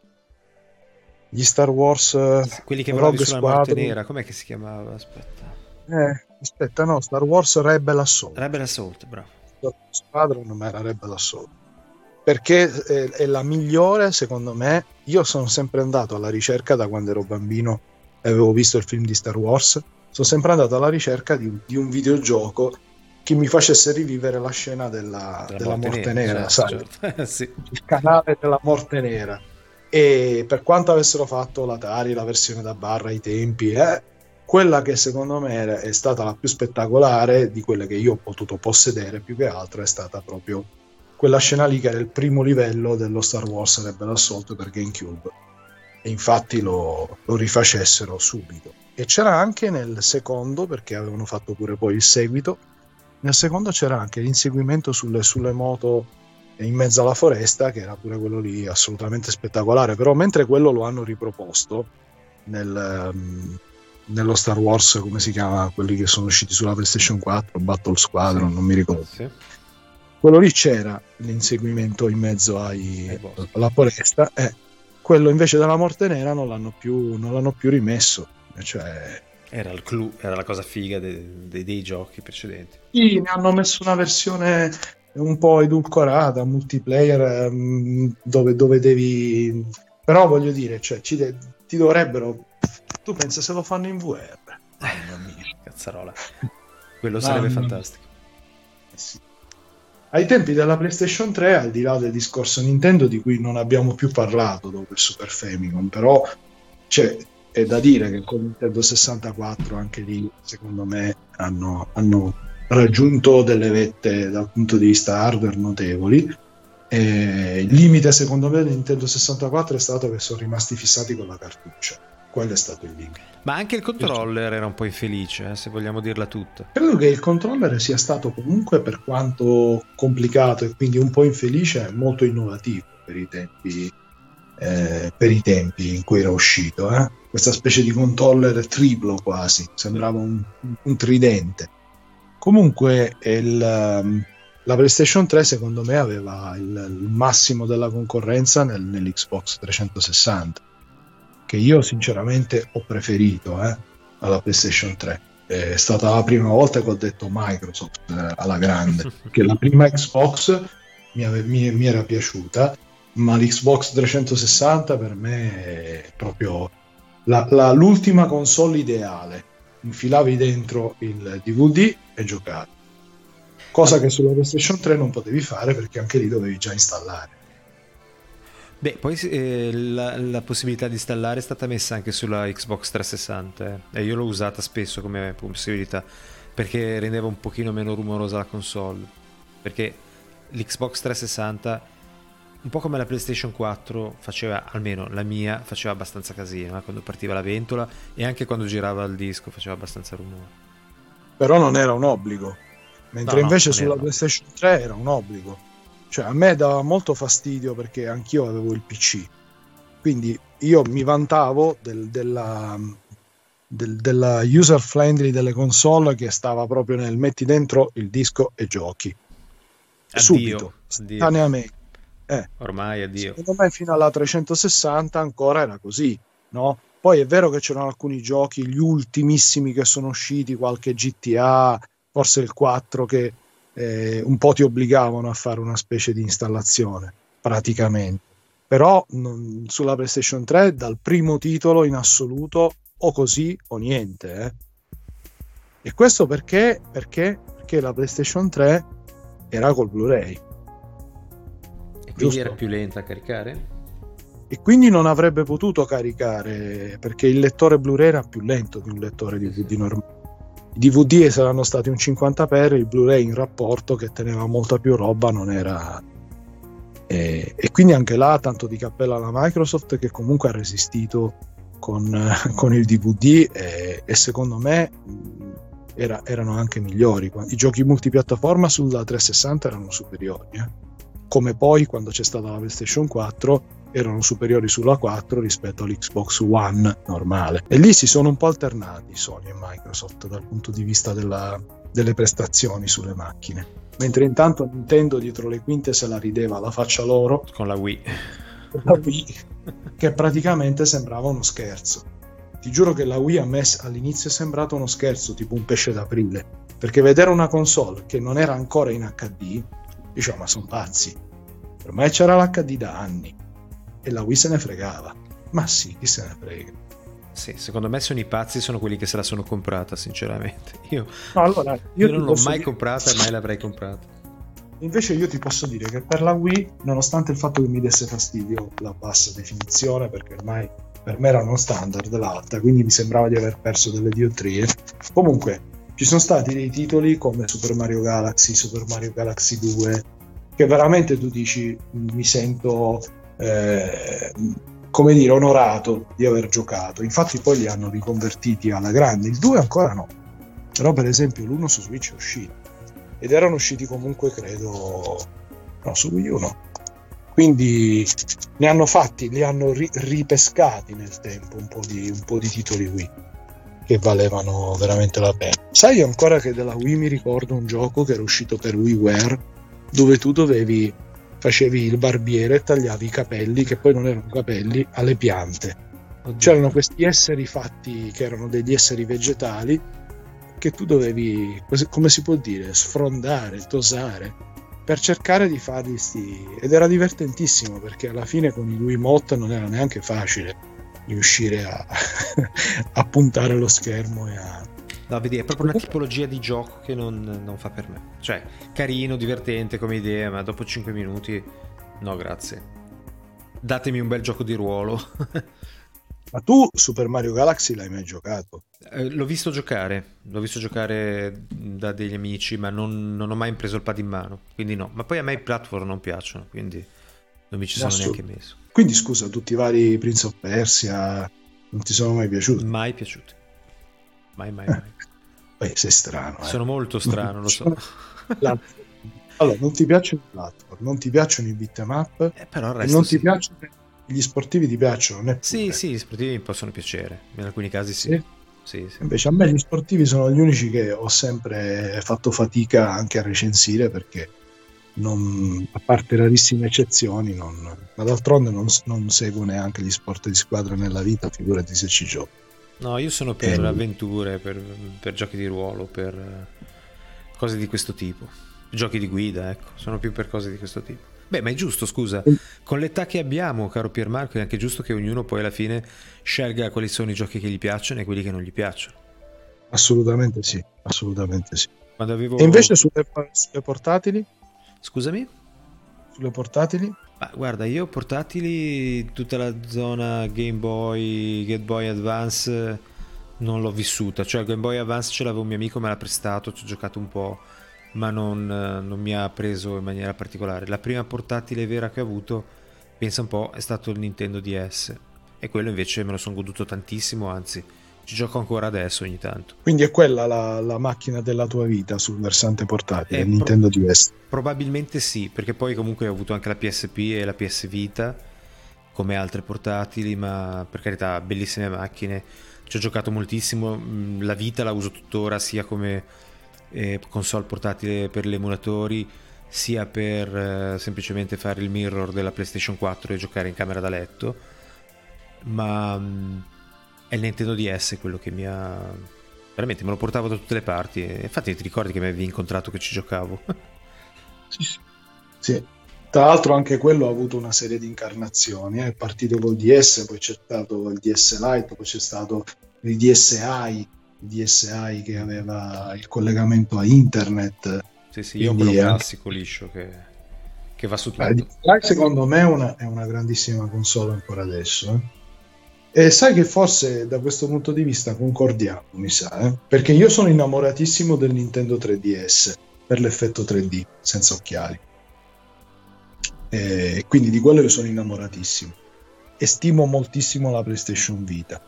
Quelli che Rogue volavi sulla Squadron. morte nera, com'è che si chiamava? Aspetta, no, Star Wars Rebel Assault. Rebel Assault, bravo. Squadron non era Rebel Assault, perché è la migliore secondo me. Io sono sempre andato alla ricerca, da quando ero bambino e avevo visto il film di Star Wars, sono sempre andato alla ricerca di un videogioco che mi facesse rivivere la scena della morte nera, sai? Certo. Sì. Il canale della morte nera. E per quanto avessero fatto l'Atari, la versione da barra ai tempi, quella che secondo me è stata la più spettacolare di quelle che io ho potuto possedere, più che altro è stata proprio quella scena lì, che era il primo livello dello Star Wars Rebel Assault per GameCube, e infatti lo rifacessero subito. E c'era anche nel secondo, perché avevano fatto pure poi il seguito, nel secondo c'era anche l'inseguimento sulle moto in mezzo alla foresta, che era pure quello lì assolutamente spettacolare. Però mentre quello lo hanno riproposto nello Star Wars, come si chiama, quelli che sono usciti sulla PlayStation 4, Battle Squadron, non mi ricordo, quello lì c'era l'inseguimento in mezzo alla foresta, quello invece della morte nera non l'hanno più rimesso, cioè era il clou, era la cosa figa dei giochi precedenti. Sì, ne hanno messo una versione un po' edulcorata, multiplayer, dove devi, però voglio dire, cioè ti dovrebbero, tu pensa se lo fanno in VR, mamma mia, cazzarola, quello sarebbe fantastico. Sì. Ai tempi della PlayStation 3, al di là del discorso Nintendo di cui non abbiamo più parlato dopo il Super Famicom, però è da dire che con Nintendo 64 anche lì secondo me hanno raggiunto delle vette dal punto di vista hardware notevoli. Il limite secondo me del Nintendo 64 è stato che sono rimasti fissati con la cartuccia. Quello è stato il limite. Ma anche il controller era un po' infelice, se vogliamo dirla tutta. Credo che il controller sia stato comunque, per quanto complicato e quindi un po' infelice, molto innovativo per i tempi in cui era uscito. Questa specie di controller triplo quasi, sembrava un tridente. Comunque la PlayStation 3 secondo me aveva il massimo della concorrenza nell'Xbox 360, che io sinceramente ho preferito alla PlayStation 3. È stata la prima volta che ho detto Microsoft alla grande, che la prima Xbox mi era piaciuta, ma l'Xbox 360 per me è proprio l'ultima console ideale. Infilavi dentro il DVD e giocavi, cosa che sulla PlayStation 3 non potevi fare perché anche lì dovevi già installare. Beh, poi la possibilità di installare è stata messa anche sulla Xbox 360 e io l'ho usata spesso come possibilità perché rendeva un pochino meno rumorosa la console, perché l'Xbox 360, un po' come la PlayStation 4, faceva, almeno la mia, faceva abbastanza casino quando partiva la ventola, e anche quando girava il disco faceva abbastanza rumore. Però non era un obbligo. mentre No, invece non era sulla no. PlayStation 3 era un obbligo. Cioè a me dava molto fastidio perché anch'io avevo il PC, quindi io mi vantavo della user friendly delle console, che stava proprio nel metti dentro il disco e giochi Addio, subito, addio. istantaneamente. Ormai addio. Secondo me fino alla 360 ancora era così, no? Poi è vero che c'erano alcuni giochi, gli ultimissimi che sono usciti, qualche GTA, forse il 4, che un po' ti obbligavano a fare una specie di installazione, praticamente. Però sulla PlayStation 3, dal primo titolo in assoluto, o così o niente. E questo perché la PlayStation 3 era col Blu-ray, E quindi era giusto? più lenta a caricare? E quindi non avrebbe potuto caricare, perché il lettore Blu-ray era più lento di un lettore Sì, DVD sì. normale. I DVD saranno stati un 50x, il Blu-ray in rapporto, che teneva molta più roba, non era. E quindi anche là tanto di cappella alla Microsoft, che comunque ha resistito con il DVD, e secondo me erano anche migliori. I giochi multipiattaforma sulla 360 erano superiori, come poi quando c'è stata la PlayStation 4 erano superiori sulla 4 rispetto all'Xbox One normale. E lì si sono un po' alternati Sony e Microsoft dal punto di vista delle prestazioni sulle macchine, mentre intanto Nintendo dietro le quinte se la rideva alla faccia loro Con la Wii. la Wii, che praticamente sembrava uno scherzo. Ti giuro che la Wii a me all'inizio è sembrato uno scherzo, tipo un pesce d'aprile, perché vedere una console che non era ancora in HD, dicevo, ma sono pazzi, ormai c'era l'HD da anni e la Wii se ne fregava. Ma sì, chi se ne frega. Sì, secondo me sono i pazzi, sono quelli che se la sono comprata, sinceramente. Io, No, allora, io io ti non l'ho posso mai dire, comprata e mai l'avrei comprata. invece io ti posso dire che per la Wii, nonostante il fatto che mi desse fastidio la bassa definizione, perché ormai per me era uno standard l'alta, quindi mi sembrava di aver perso delle diottrie, comunque ci sono stati dei titoli come Super Mario Galaxy, Super Mario Galaxy 2, che veramente tu dici, mi sento come dire onorato di aver giocato. Infatti poi li hanno riconvertiti alla grande. Il 2 ancora no, però per esempio l'1 su Switch è uscito, ed erano usciti comunque credo no, su Wii U no. Quindi ne hanno fatti, li hanno ripescati nel tempo un po' di titoli Wii che valevano veramente la pena. Sai ancora che della Wii mi ricordo un gioco che era uscito per WiiWare, dove tu facevi il barbiere e tagliavi i capelli, che poi non erano capelli, alle piante. Oddio. C'erano questi esseri fatti che erano degli esseri vegetali che tu dovevi, come si può dire, sfrondare, tosare per cercare di farli ed era divertentissimo, perché alla fine con i Wiimote non era neanche facile riuscire a puntare lo schermo e a. No, vedi, è proprio una tipologia di gioco che non fa per me. Cioè, carino, divertente come idea, ma dopo 5 minuti no, grazie. Datemi un bel gioco di ruolo. Ma tu Super Mario Galaxy l'hai mai giocato? L'ho visto giocare da degli amici, ma non ho mai preso il pad in mano, quindi no. Ma poi a me i platform non piacciono, quindi non mi ci sono neanche messo. Quindi scusa, tutti i vari Prince of Persia non ti sono mai piaciuti? Mai piaciuti. Mai. Beh, sei strano. Sono molto strano, lo so. Allora, non ti piacciono i platform, non ti piacciono i beat'em up, però il e resto non ti sì. piacciono gli sportivi, ti piacciono? Neppure. Sì, gli sportivi mi possono piacere, in alcuni casi Sì? Sì. Invece a me gli sportivi sono gli unici che ho sempre fatto fatica anche a recensire, perché a parte rarissime eccezioni, ma d'altronde non seguo neanche gli sport di squadra nella vita, figurati se ci gioco. No, io sono per avventure, per giochi di ruolo, per cose di questo tipo. Giochi di guida, ecco, sono più per cose di questo tipo. Beh, ma è giusto, scusa, con l'età che abbiamo, caro Piermarco, è anche giusto che ognuno poi alla fine scelga quali sono i giochi che gli piacciono e quelli che non gli piacciono. Assolutamente sì, assolutamente sì. Quando avevo... E invece sulle portatili? Scusami? Sulle portatili? Ma guarda, io portatili, tutta la zona Game Boy Advance non l'ho vissuta. Cioè il Game Boy Advance ce l'avevo un mio amico, me l'ha prestato, ci ho giocato un po', ma non mi ha preso in maniera particolare. La prima portatile vera che ho avuto, pensa un po', è stato il Nintendo DS, e quello invece me lo sono goduto tantissimo, anzi ci gioco ancora adesso ogni tanto. Quindi è quella la macchina della tua vita sul versante portatile, Nintendo DS? Probabilmente sì, perché poi comunque ho avuto anche la PSP e la PS Vita come altre portatili, ma per carità bellissime macchine, ci ho giocato moltissimo. La Vita la uso tuttora sia come console portatile per gli emulatori, sia per semplicemente fare il mirror della PlayStation 4 e giocare in camera da letto, ma è il Nintendo DS quello che mi ha veramente, me lo portavo da tutte le parti, e infatti ti ricordi che mi avevi incontrato che ci giocavo? Sì. Tra l'altro anche quello ha avuto una serie di incarnazioni, è partito col DS, poi c'è stato il DS Lite, poi c'è stato il DSi che aveva il collegamento a internet. Sì, io ho quello classico liscio che va su tutto. Il DSi secondo me è una grandissima console ancora adesso. E sai che forse da questo punto di vista concordiamo, mi sa, perché io sono innamoratissimo del Nintendo 3DS per l'effetto 3D senza occhiali. Quindi di quello io sono innamoratissimo e stimo moltissimo la PlayStation Vita,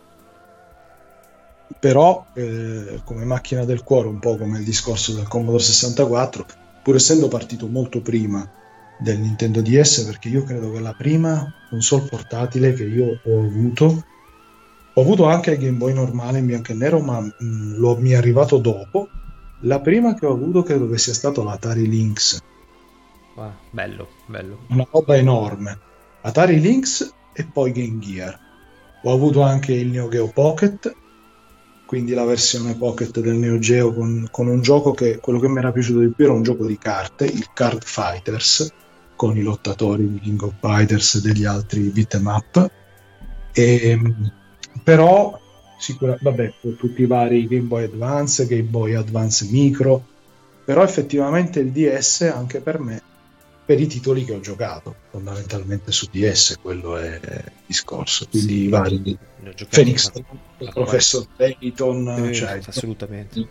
però come macchina del cuore, un po' come il discorso del Commodore 64, pur essendo partito molto prima del Nintendo DS, perché io credo che la prima console portatile che io ho avuto anche il Game Boy normale in bianco e nero, ma mi è arrivato dopo. La prima che ho avuto credo che sia stato l'Atari Lynx. Wow, bello. Una roba enorme. Atari Lynx e poi Game Gear. Ho avuto anche il Neo Geo Pocket, quindi la versione Pocket del Neo Geo con un gioco che quello che mi era piaciuto di più era un gioco di carte, il Card Fighters, con i lottatori di King of Fighters e degli altri beat'em up. Però vabbè, tutti i vari Game Boy Advance, Game Boy Advance Micro, però effettivamente il DS anche per me, per i titoli che ho giocato fondamentalmente su DS, quello è il discorso, quindi i vari Phoenix, Professor Layton, cioè, assolutamente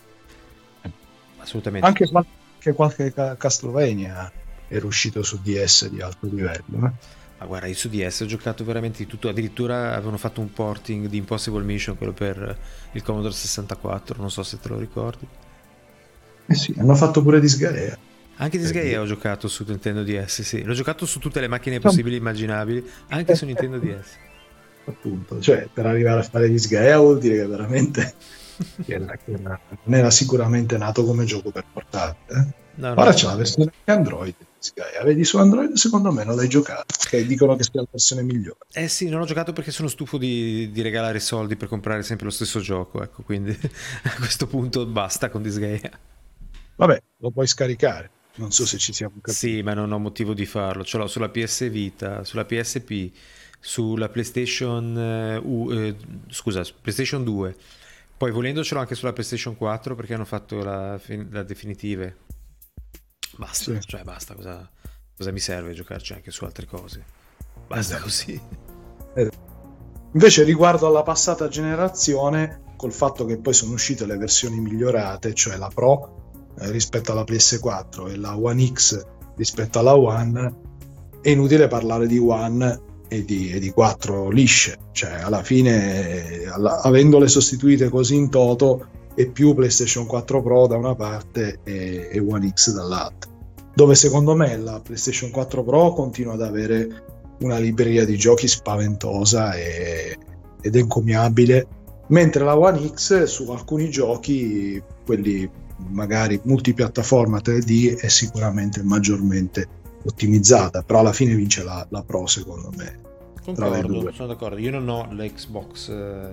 anche qualche Castlevania era uscito su DS di alto livello. Ma guarda, io su DS ho giocato veramente di tutto, addirittura avevano fatto un porting di Impossible Mission, quello per il Commodore 64, non so se te lo ricordi. Sì, hanno fatto pure Disgaea. Anche Disgaea ho giocato su Nintendo DS, sì, l'ho giocato su tutte le macchine possibili e immaginabili, anche su Nintendo DS. Appunto, cioè per arrivare a fare Disgaea vuol dire che veramente non era sicuramente nato come gioco per portatile. Ora c'è la versione Android. Vedi, su Android secondo me non l'hai giocato, che dicono che sia la versione migliore. Sì, non ho giocato perché sono stufo di regalare soldi per comprare sempre lo stesso gioco, ecco, quindi a questo punto basta con Disgaea. Vabbè, lo puoi scaricare, non so se ci siamo capiti. Sì, ma non ho motivo di farlo, ce l'ho sulla PS Vita, sulla PSP, sulla PlayStation PlayStation 2, poi volendo ce l'ho anche sulla PlayStation 4 perché hanno fatto la definitive. Basta, sì. Cioè basta, cosa mi serve giocarci anche su altre cose? Basta così. Invece riguardo alla passata generazione, col fatto che poi sono uscite le versioni migliorate, cioè la Pro rispetto alla PS4 e la One X rispetto alla One, è inutile parlare di One e di 4 lisce, cioè alla fine avendole sostituite così in toto e più PlayStation 4 Pro da una parte e One X dall'altra, dove secondo me la PlayStation 4 Pro continua ad avere una libreria di giochi spaventosa ed encomiabile, mentre la One X su alcuni giochi, quelli magari multipiattaforma 3D, è sicuramente maggiormente ottimizzata, però alla fine vince la Pro secondo me. Concordo, sono d'accordo. Io non ho la Xbox,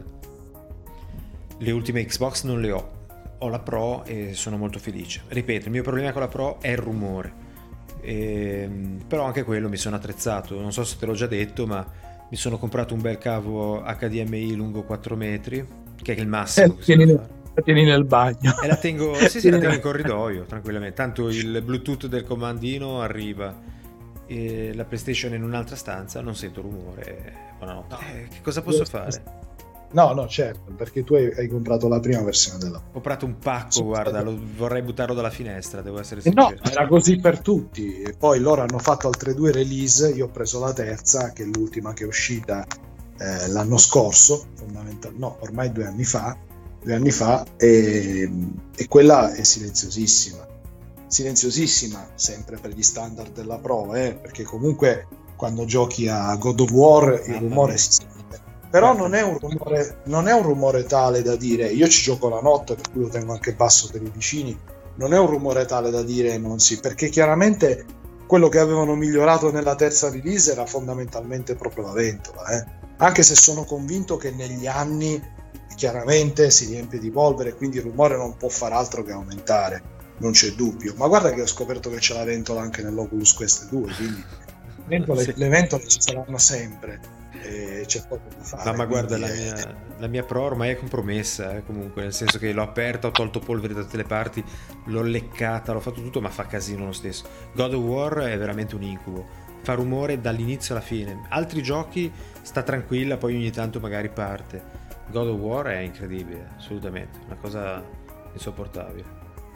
le ultime Xbox non le ho la Pro e sono molto felice. Ripeto, il mio problema con la Pro è il rumore, però anche quello mi sono attrezzato, non so se te l'ho già detto, ma mi sono comprato un bel cavo HDMI lungo 4 metri, che è il massimo la tieni nel bagno e la tengo, sì, la tengo in corridoio tranquillamente, tanto il Bluetooth del comandino arriva e la PlayStation è in un'altra stanza, non sento rumore, buonanotte. Che cosa posso fare? No, certo, perché tu hai comprato la prima versione della... Ho comprato un pacco, guarda, vorrei buttarlo dalla finestra, devo essere sincero. No, era così per tutti. E poi loro hanno fatto altre 2 release, io ho preso la terza, che è l'ultima che è uscita l'anno scorso, no, ormai 2 anni fa, e quella è silenziosissima, sempre per gli standard della Pro, perché comunque quando giochi a God of War il rumore si sente, però non è un rumore tale da dire, io ci gioco la notte per cui lo tengo anche basso per i vicini, non è un rumore tale da dire perché chiaramente quello che avevano migliorato nella terza release era fondamentalmente proprio la ventola, anche se sono convinto che negli anni chiaramente si riempie di polvere, quindi il rumore non può far altro che aumentare, non c'è dubbio. Ma guarda che ho scoperto che c'è la ventola anche nell'Oculus Quest 2, quindi le ventole ci saranno sempre, c'è poco da fare. No, ma guarda, la mia Pro ormai è compromessa, comunque, nel senso che l'ho aperta, ho tolto polvere da tutte le parti, l'ho leccata, l'ho fatto tutto, ma fa casino lo stesso. God of War è veramente un incubo, fa rumore dall'inizio alla fine. Altri giochi sta tranquilla, poi ogni tanto magari parte. God of War è incredibile, assolutamente, una cosa insopportabile.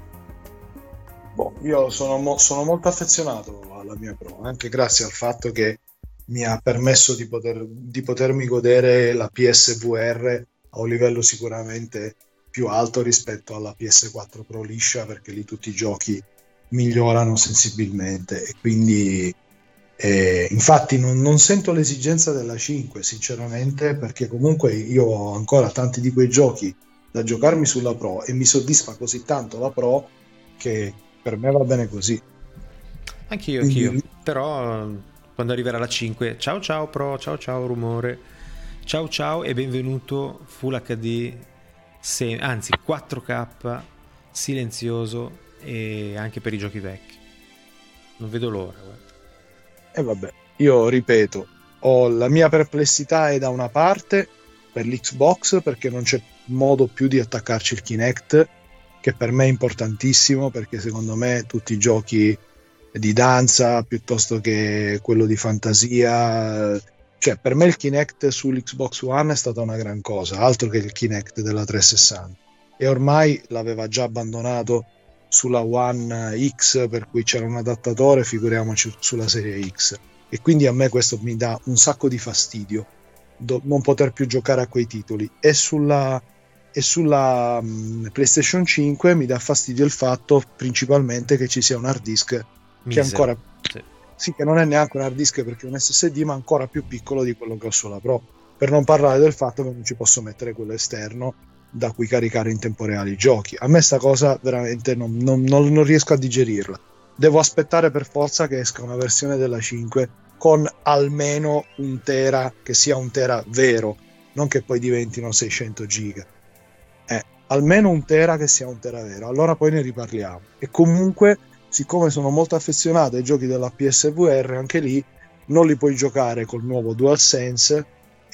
Io sono molto affezionato alla mia Pro, anche grazie al fatto che mi ha permesso di potermi godere la PSVR a un livello sicuramente più alto rispetto alla PS4 Pro liscia, perché lì tutti i giochi migliorano sensibilmente e quindi infatti non sento l'esigenza della 5 sinceramente, perché comunque io ho ancora tanti di quei giochi da giocarmi sulla Pro e mi soddisfa così tanto la Pro che per me va bene così. Anch'io, però quando arriverà la 5, ciao Pro, ciao rumore, ciao e benvenuto Full HD, anzi 4K, silenzioso e anche per i giochi vecchi. Non vedo l'ora, guarda. E vabbè, io ripeto, ho la mia perplessità è da una parte per l'Xbox, perché non c'è modo più di attaccarci il Kinect, che per me è importantissimo, perché secondo me tutti i giochi di danza piuttosto che quello di fantasia, cioè per me il Kinect sull'Xbox One è stata una gran cosa, altro che il Kinect della 360, e ormai l'aveva già abbandonato sulla One X, per cui c'era un adattatore, figuriamoci sulla serie X, e quindi a me questo mi dà un sacco di fastidio, non poter più giocare a quei titoli. E sulla PlayStation 5 mi dà fastidio il fatto principalmente che ci sia un hard disk che ancora che non è neanche un hard disk, perché è un SSD, ma ancora più piccolo di quello che ho sulla Pro, per non parlare del fatto che non ci posso mettere quello esterno da cui caricare in tempo reale i giochi. A me sta cosa veramente non riesco a digerirla. Devo aspettare per forza che esca una versione della 5 con almeno 1 tera, che sia 1 tera vero, non che poi diventino 600 giga. Almeno 1 tera, che sia 1 tera vero, allora poi ne riparliamo. E comunque, siccome sono molto affezionato ai giochi della PSVR, anche lì non li puoi giocare col nuovo DualSense,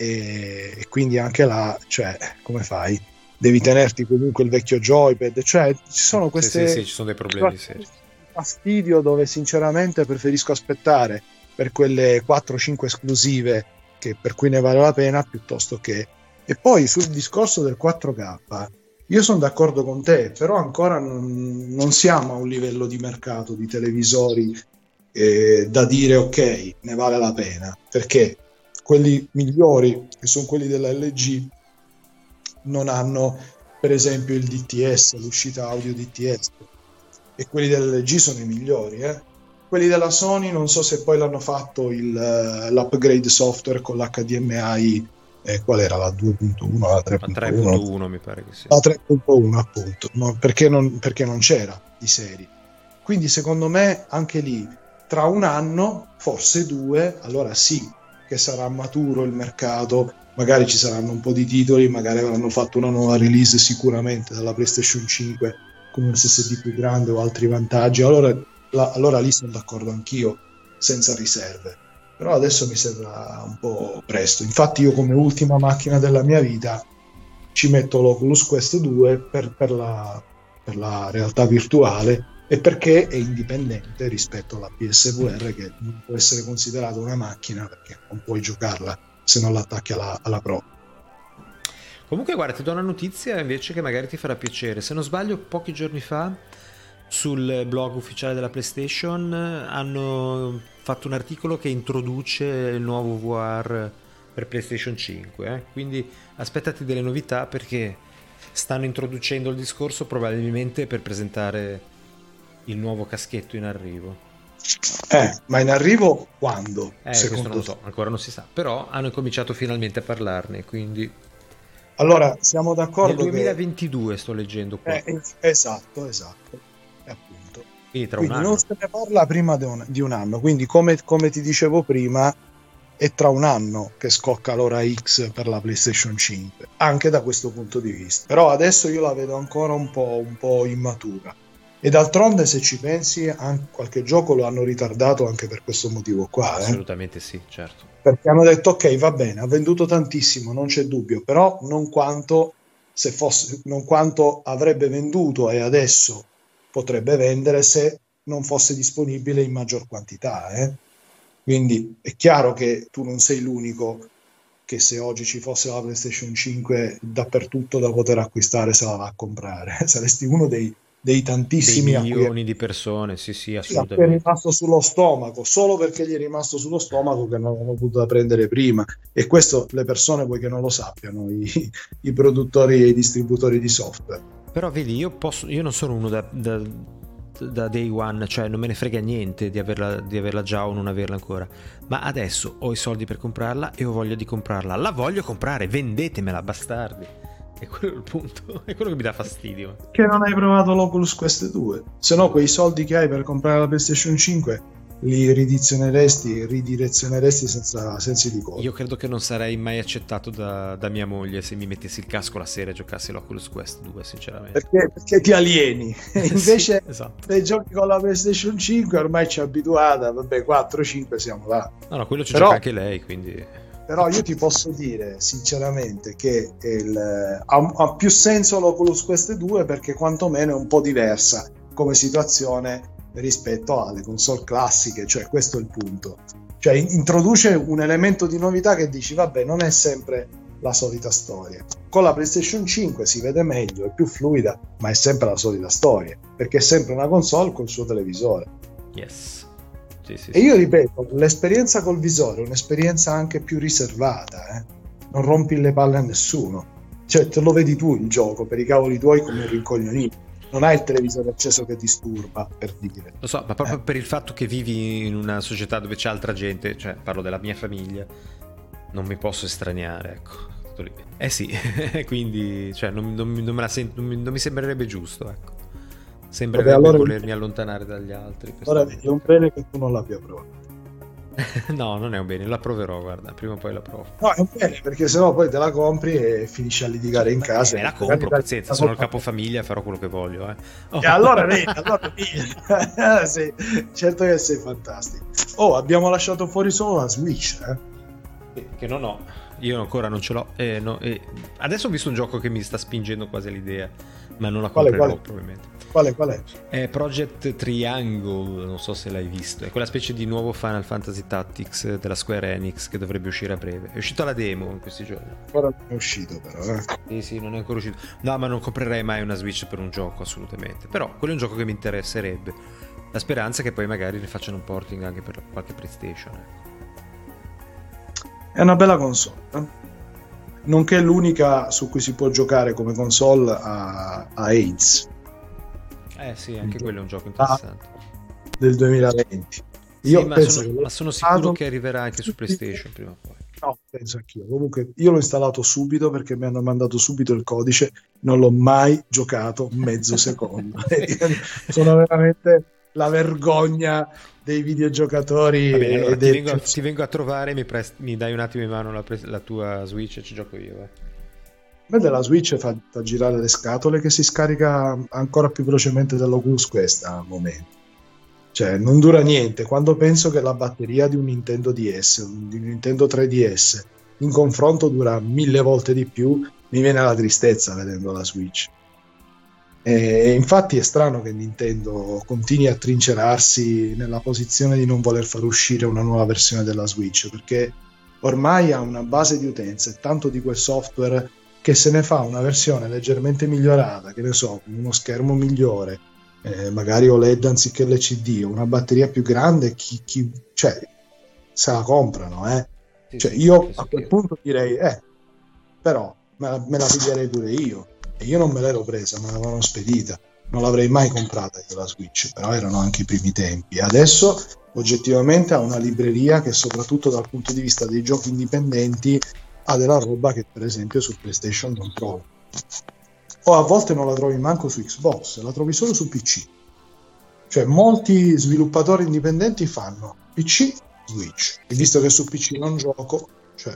e quindi anche là, cioè, come fai? Devi tenerti comunque il vecchio joypad, cioè ci sono queste sì, ci sono dei problemi seri. Fastidio, dove sinceramente preferisco aspettare per quelle 4-5 esclusive per cui ne vale la pena, piuttosto che. E poi sul discorso del 4K io sono d'accordo con te, però ancora non siamo a un livello di mercato di televisori da dire ok, ne vale la pena, perché quelli migliori, che sono quelli della LG, non hanno per esempio il DTS, l'uscita audio DTS, e quelli dell'LG sono i migliori. Quelli della Sony non so se poi l'hanno fatto l'upgrade software con l'HDMI, qual era, la 2.1, la 3.1? La 3.1 mi pare che sia. La 3.1 appunto, no, perché non c'era di serie. Quindi secondo me anche lì tra un anno, forse 2, allora sì che sarà maturo il mercato, magari ci saranno un po' di titoli, magari avranno fatto una nuova release sicuramente dalla PlayStation 5 con un SSD più grande o altri vantaggi, allora lì sono d'accordo anch'io, senza riserve. Però adesso mi sembra un po' presto. Infatti io come ultima macchina della mia vita ci metto l'Oculus Quest 2 per la realtà virtuale, e perché è indipendente rispetto alla PSVR, che non può essere considerata una macchina perché non puoi giocarla se non l'attacchi alla Pro. Comunque guarda, ti do una notizia invece che magari ti farà piacere. Se non sbaglio, pochi giorni fa sul blog ufficiale della PlayStation hanno fatto un articolo che introduce il nuovo VR per PlayStation 5, quindi aspettati delle novità, perché stanno introducendo il discorso probabilmente per presentare il nuovo caschetto in arrivo. Ma in arrivo quando? Questo non lo so, ancora non si sa, però hanno cominciato finalmente a parlarne, quindi allora siamo d'accordo nel 2022 sto leggendo qua. Esatto, appunto. Quindi tra un anno. Non se ne parla prima di un anno, quindi come ti dicevo prima, è tra un anno che scocca l'ora X per la PlayStation 5, anche da questo punto di vista. Però adesso io la vedo ancora un po' immatura. E d'altronde, se ci pensi, anche qualche gioco lo hanno ritardato anche per questo motivo qua. Assolutamente sì, certo. Perché hanno detto, ok, va bene, ha venduto tantissimo, non c'è dubbio, però non quanto avrebbe venduto e adesso potrebbe vendere se non fosse disponibile in maggior quantità. Quindi è chiaro che tu non sei l'unico che, se oggi ci fosse la PlayStation 5 dappertutto da poter acquistare, se la va a comprare. Saresti uno dei tantissimi milioni di persone, sì, assolutamente. È rimasto sullo stomaco, solo perché gli è rimasto sullo stomaco, che non hanno potuto prendere prima. E questo le persone poi che non lo sappiano, i produttori e i distributori di software. Però vedi, io non sono uno da day one, cioè non me ne frega niente di averla già o non averla ancora, ma adesso ho i soldi per comprarla e ho voglia di comprarla, la voglio comprare, vendetemela, bastardi. E quello è il punto, è quello che mi dà fastidio. Che non hai provato l'Oculus Quest 2? Se no, quei soldi che hai per comprare la PlayStation 5 li ridirezioneresti senza sensi di colpa. Io credo che non sarei mai accettato da mia moglie se mi mettessi il casco la sera e giocassi l'Oculus Quest 2, sinceramente. Perché ti alieni. Invece sì, esatto. Se giochi con la PlayStation 5 ormai ci è abituata, vabbè, 4-5 siamo là. No, quello ci gioca anche lei, quindi... Però io ti posso dire sinceramente che ha più senso l'Oculus Quest 2, perché quantomeno è un po' diversa come situazione rispetto alle console classiche, cioè questo è il punto. Cioè introduce un elemento di novità che dici, vabbè, non è sempre la solita storia. Con la PlayStation 5 si vede meglio, è più fluida, ma è sempre la solita storia, perché è sempre una console col suo televisore. Yes. Sì. Io ripeto, l'esperienza col visore è un'esperienza anche più riservata, non rompi le palle a nessuno, cioè te lo vedi tu il gioco per i cavoli tuoi come un rincoglionito, non hai il televisore acceso che disturba, per dire. Lo so, ma proprio per il fatto che vivi in una società dove c'è altra gente, cioè parlo della mia famiglia, non mi posso estraniare, ecco, tutto lì. Sì, quindi cioè non me la sento, non mi sembrerebbe giusto, ecco. Sembrerebbe allora volermi allontanare dagli altri. Ora vedi, è un bene che tu non l'abbia provato. No, non è un bene, la proverò, guarda, prima o poi la provo. No, è un bene, perché sennò poi te la compri e finisci a litigare in casa. Me la compro, pazienza, sono il capofamiglia, farò quello che voglio. E allora vedi, sì, certo che sei fantastico. Abbiamo lasciato fuori solo la Switch, che non ho. Io ancora non ce l'ho. Adesso ho visto un gioco che mi sta spingendo quasi all'idea, ma non la comprerò probabilmente. Qual è? È Project Triangle, non so se l'hai visto. È quella specie di nuovo Final Fantasy Tactics della Square Enix che dovrebbe uscire a breve. È uscita la demo in questi giorni. Ancora non è uscito però. Sì, non è ancora uscito. No, ma non comprerei mai una Switch per un gioco, assolutamente. Però quello è un gioco che mi interesserebbe. La speranza è che poi magari ne facciano un porting anche per qualche PlayStation. È una bella console, nonché l'unica su cui si può giocare come console a AIDS. Sì, anche quello è un gioco interessante. Del 2020. Io penso ma sono sicuro che arriverà anche su PlayStation prima o poi. No, penso anch'io. Comunque io l'ho installato subito perché mi hanno mandato subito il codice, non l'ho mai giocato mezzo secondo. Sono veramente la vergogna dei videogiocatori. Bene, allora, ti vengo a trovare, mi dai un attimo in mano la tua Switch e ci gioco io. La Switch fa girare le scatole, che si scarica ancora più velocemente dell'Oculus Quest al momento. Cioè non dura niente. Quando penso che la batteria di un Nintendo DS, di un Nintendo 3DS in confronto dura 1000 volte di più, mi viene la tristezza vedendo la Switch. E infatti è strano che Nintendo continui a trincerarsi nella posizione di non voler far uscire una nuova versione della Switch, perché ormai ha una base di utenza e tanto di quel software che se ne fa una versione leggermente migliorata, che ne so, con uno schermo migliore, magari OLED anziché LCD, una batteria più grande, cioè se la comprano, Sì, Cioè sì, io penso a quel anch'io. punto direi, però me la piglierei pure io. E io non me l'ero presa, me l'avevano spedita. Non l'avrei mai comprata io la Switch, però erano anche i primi tempi. Adesso oggettivamente ha una libreria che soprattutto dal punto di vista dei giochi indipendenti ha della roba che per esempio su PlayStation non trovi. O a volte non la trovi manco su Xbox, la trovi solo su PC. Cioè molti sviluppatori indipendenti fanno PC, Switch. E Sì. visto che su PC non gioco, cioè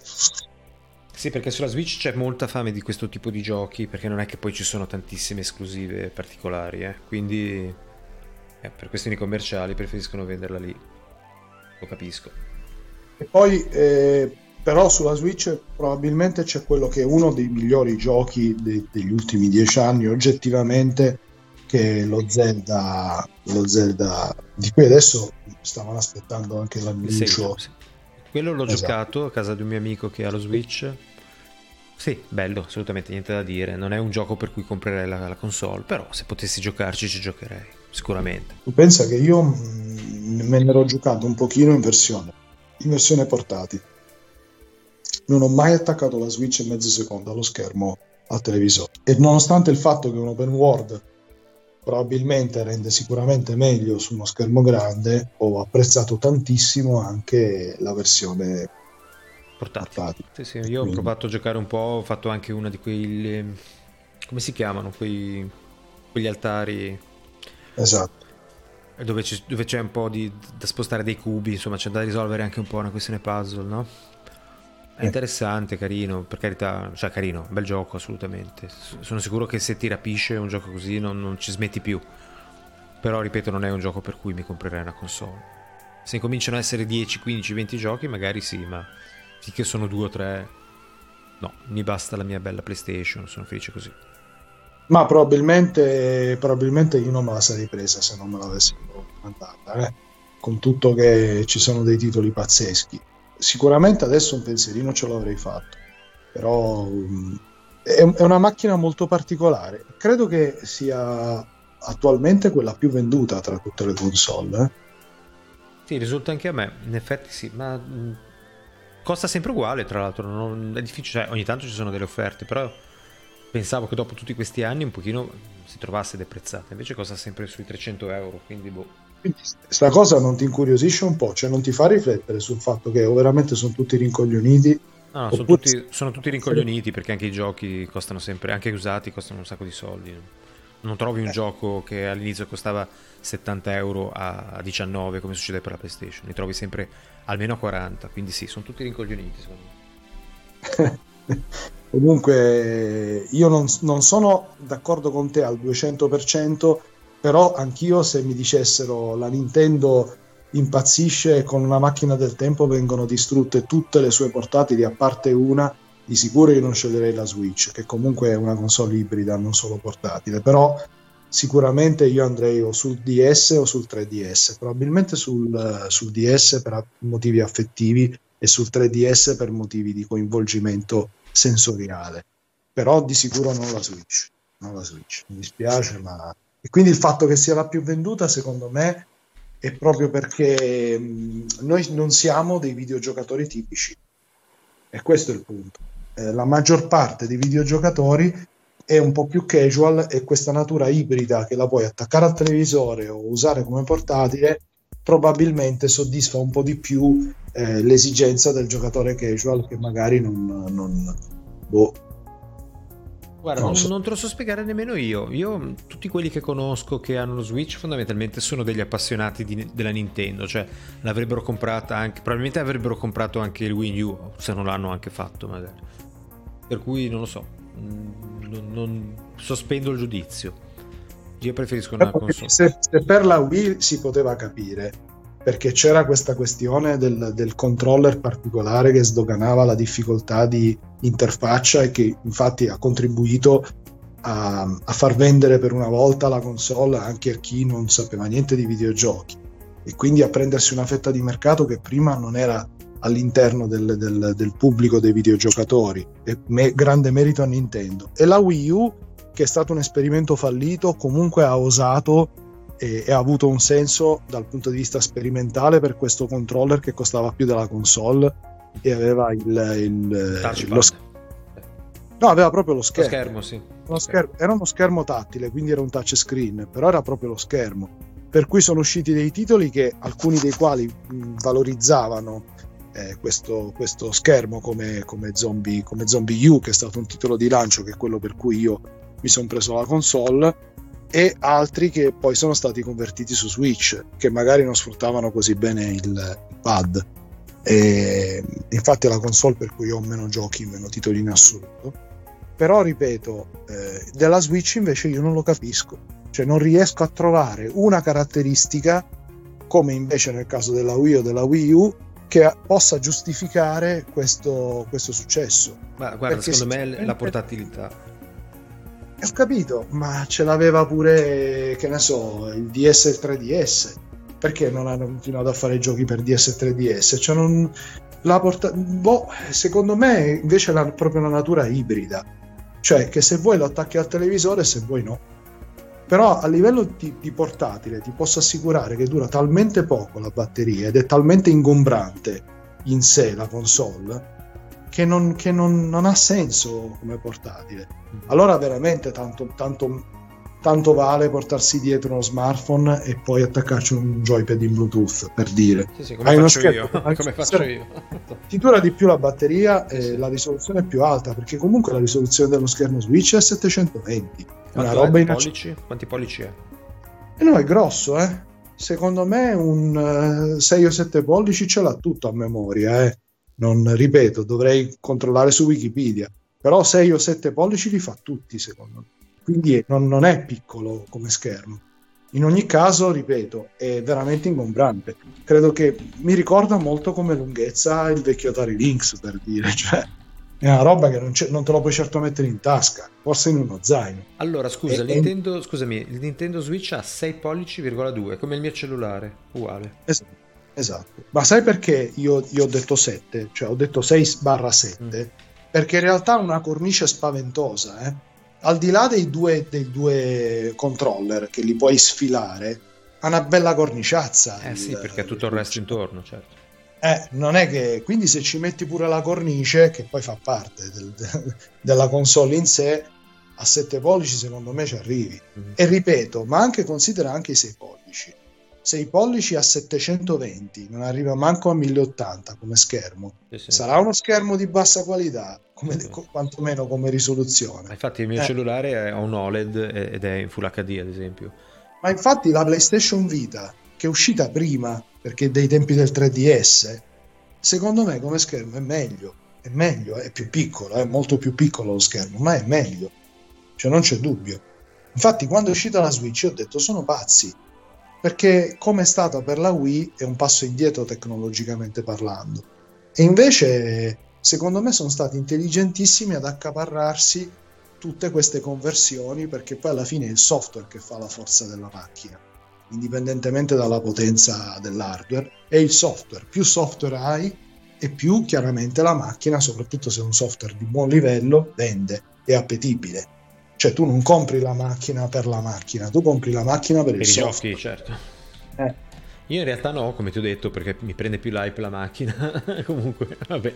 Sì, perché sulla Switch c'è molta fame di questo tipo di giochi, perché non è che poi ci sono tantissime esclusive particolari, quindi per questioni commerciali preferiscono venderla lì. Lo capisco. e poi però sulla Switch probabilmente c'è quello che è uno dei migliori giochi degli ultimi 10 anni oggettivamente, che è lo Zelda di cui adesso stavano aspettando anche Il seguito, l'annuncio. sì. Quello l'ho Esatto. giocato a casa di un mio amico che ha lo Switch. Sì, bello, assolutamente niente da dire. Non è un gioco per cui comprerei la console, però se potessi giocarci ci giocherei, sicuramente. Tu pensa che io me ne ero giocato un pochino in versione portatile. Non ho mai attaccato la Switch in mezzo secondo allo schermo al televisore. E nonostante il fatto che un open world probabilmente rende sicuramente meglio su uno schermo grande, ho apprezzato tantissimo anche la versione Portatile. portatile. Sì, sì, E io ho quindi, provato a giocare un po', ho fatto anche una di quei... come si chiamano? Quegli altari esatto. dove c'è un po' da spostare dei cubi, insomma c'è da risolvere anche un po' una questione puzzle, no? È Eh. interessante, carino, per carità, cioè carino, bel gioco assolutamente. Sono sicuro che se ti rapisce un gioco così non ci smetti più. Però ripeto, non è un gioco per cui mi comprerei una console. Se incominciano a essere 10, 15, 20 giochi, magari sì, ma finché sono 2 o 3, no, mi basta la mia bella PlayStation, sono felice così. Ma probabilmente io non me la sarei presa se non me l'avessero mandata, con tutto che ci sono dei titoli pazzeschi. Sicuramente adesso un pensierino ce l'avrei fatto, però è una macchina molto particolare. Credo che sia attualmente quella più venduta tra tutte le console. Sì, risulta anche a me, in effetti sì, ma costa sempre uguale, tra l'altro, è difficile, cioè ogni tanto ci sono delle offerte, però pensavo che dopo tutti questi anni un pochino si trovasse deprezzata, invece costa sempre sui 300 euro, quindi boh. Quindi sta cosa non ti incuriosisce un po', cioè non ti fa riflettere sul fatto che o veramente sono tutti rincoglioniti, No, no, oppure sono tutti rincoglioniti perché anche i giochi costano sempre, anche usati costano un sacco di soldi. Non trovi un gioco che all'inizio costava 70 euro a 19 come succede per la PlayStation, li trovi sempre almeno a 40, quindi sì, sono tutti rincoglioniti secondo me. comunque io non sono d'accordo con te al 200%, però anch'io se mi dicessero la Nintendo impazzisce e con una macchina del tempo vengono distrutte tutte le sue portatili a parte una, di sicuro io non sceglierei la Switch, che comunque è una console ibrida, non solo portatile, però sicuramente io andrei o sul DS o sul 3DS, probabilmente sul DS per motivi affettivi e sul 3DS per motivi di coinvolgimento sensoriale, però di sicuro non la Switch, non la Switch, mi dispiace, ma e quindi il fatto che sia la più venduta secondo me è proprio perché noi non siamo dei videogiocatori tipici, e questo è il punto. La maggior parte dei videogiocatori è un po' più casual, e questa natura ibrida che la puoi attaccare al televisore o usare come portatile probabilmente soddisfa un po' di più l'esigenza del giocatore casual, che magari boh, Guarda, non lo so. non te lo so spiegare nemmeno io. Io, tutti quelli che conosco che hanno lo Switch, fondamentalmente sono degli appassionati della Nintendo, cioè l'avrebbero comprata anche, probabilmente avrebbero comprato anche il Wii U, se non l'hanno anche fatto magari. Per cui non lo so, non sospendo il giudizio. Io preferisco una console. Se per la Wii si poteva capire, perché c'era questa questione del controller particolare che sdoganava la difficoltà di interfaccia e che infatti ha contribuito a far vendere per una volta la console anche a chi non sapeva niente di videogiochi, e quindi a prendersi una fetta di mercato che prima non era all'interno del pubblico dei videogiocatori, e grande merito a Nintendo. E la Wii U, che è stato un esperimento fallito, comunque ha osato e ha avuto un senso dal punto di vista sperimentale per questo controller che costava più della console, e aveva lo no, aveva proprio lo schermo. Sì. Era uno schermo tattile, quindi era un touchscreen, però era proprio lo schermo. Per cui sono usciti dei titoli alcuni dei quali valorizzavano questo schermo come Zombie U, che è stato un titolo di lancio, che è quello per cui io mi sono preso la console, e altri che poi sono stati convertiti su Switch, che magari non sfruttavano così bene il pad. E infatti è la console per cui ho meno giochi, meno titoli in assoluto. Però ripeto, della Switch invece io non lo capisco, cioè non riesco a trovare una caratteristica, come invece nel caso della Wii o della Wii U, che possa giustificare questo successo. Ma guarda, secondo me è la portatilità. Ho capito, ma ce l'aveva pure, che ne so, il DS e il 3DS. Perché non hanno continuato a fare giochi per DS e 3DS? Cioè secondo me invece è proprio una natura ibrida, cioè che se vuoi lo attacchi al televisore, se vuoi no. Però a livello di portatile ti posso assicurare che dura talmente poco la batteria ed è talmente ingombrante in sé la console che non ha senso come portatile. Allora veramente tanto vale portarsi dietro uno smartphone e poi attaccarci un joypad in Bluetooth, per dire. Sì, come faccio io. Come faccio io. Ti dura di più la batteria e la risoluzione è più alta, perché comunque la risoluzione dello schermo Switch è 720. Una roba Quanti pollici è? E no, è grosso, Secondo me un 6 o 7 pollici ce l'ha tutto a memoria, Non ripeto, dovrei controllare su Wikipedia, però 6 o 7 pollici li fa tutti, secondo me. Quindi non è piccolo come schermo. In ogni caso, ripeto, è veramente ingombrante. Credo che mi ricorda molto come lunghezza il vecchio Atari Lynx, per dire, cioè è una roba che non te lo puoi certo mettere in tasca, forse in uno zaino. Allora, scusa, il Nintendo Switch ha 6 pollici,2, come il mio cellulare, uguale. Esatto. Ma sai perché io ho detto 7? Cioè ho detto 6/7? Perché in realtà ha una cornice spaventosa, Al di là dei due controller che li puoi sfilare, ha una bella corniciazza. Sì, perché ha tutto il resto intorno, certo. Non è che, quindi se ci metti pure la cornice, che poi fa parte della console in sé, a 7 pollici secondo me ci arrivi. E ripeto, ma anche considera anche i 6 pollici. 6 pollici a 720 non arriva manco a 1080 come schermo. Sì. Sarà uno schermo di bassa qualità, quantomeno come risoluzione. Infatti il mio cellulare ha un OLED ed è in Full HD, ad esempio. Ma infatti la PlayStation Vita, che è uscita prima, perché dei tempi del 3DS, secondo me come schermo è meglio, è più piccolo, è molto più piccolo lo schermo, ma è meglio, cioè non c'è dubbio. Infatti quando è uscita la Switch ho detto sono pazzi, perché come è stata per la Wii è un passo indietro tecnologicamente parlando, e invece secondo me sono stati intelligentissimi ad accaparrarsi tutte queste conversioni, perché poi alla fine è il software che fa la forza della macchina, indipendentemente dalla potenza dell'hardware. È il software, più software hai e più chiaramente la macchina, soprattutto se è un software di buon livello, vende, è appetibile. Cioè tu non compri la macchina per la macchina, tu compri la macchina per il software. Giochi, certo. Io in realtà no, come ti ho detto, perché mi prende più l'hype la macchina. Comunque, vabbè.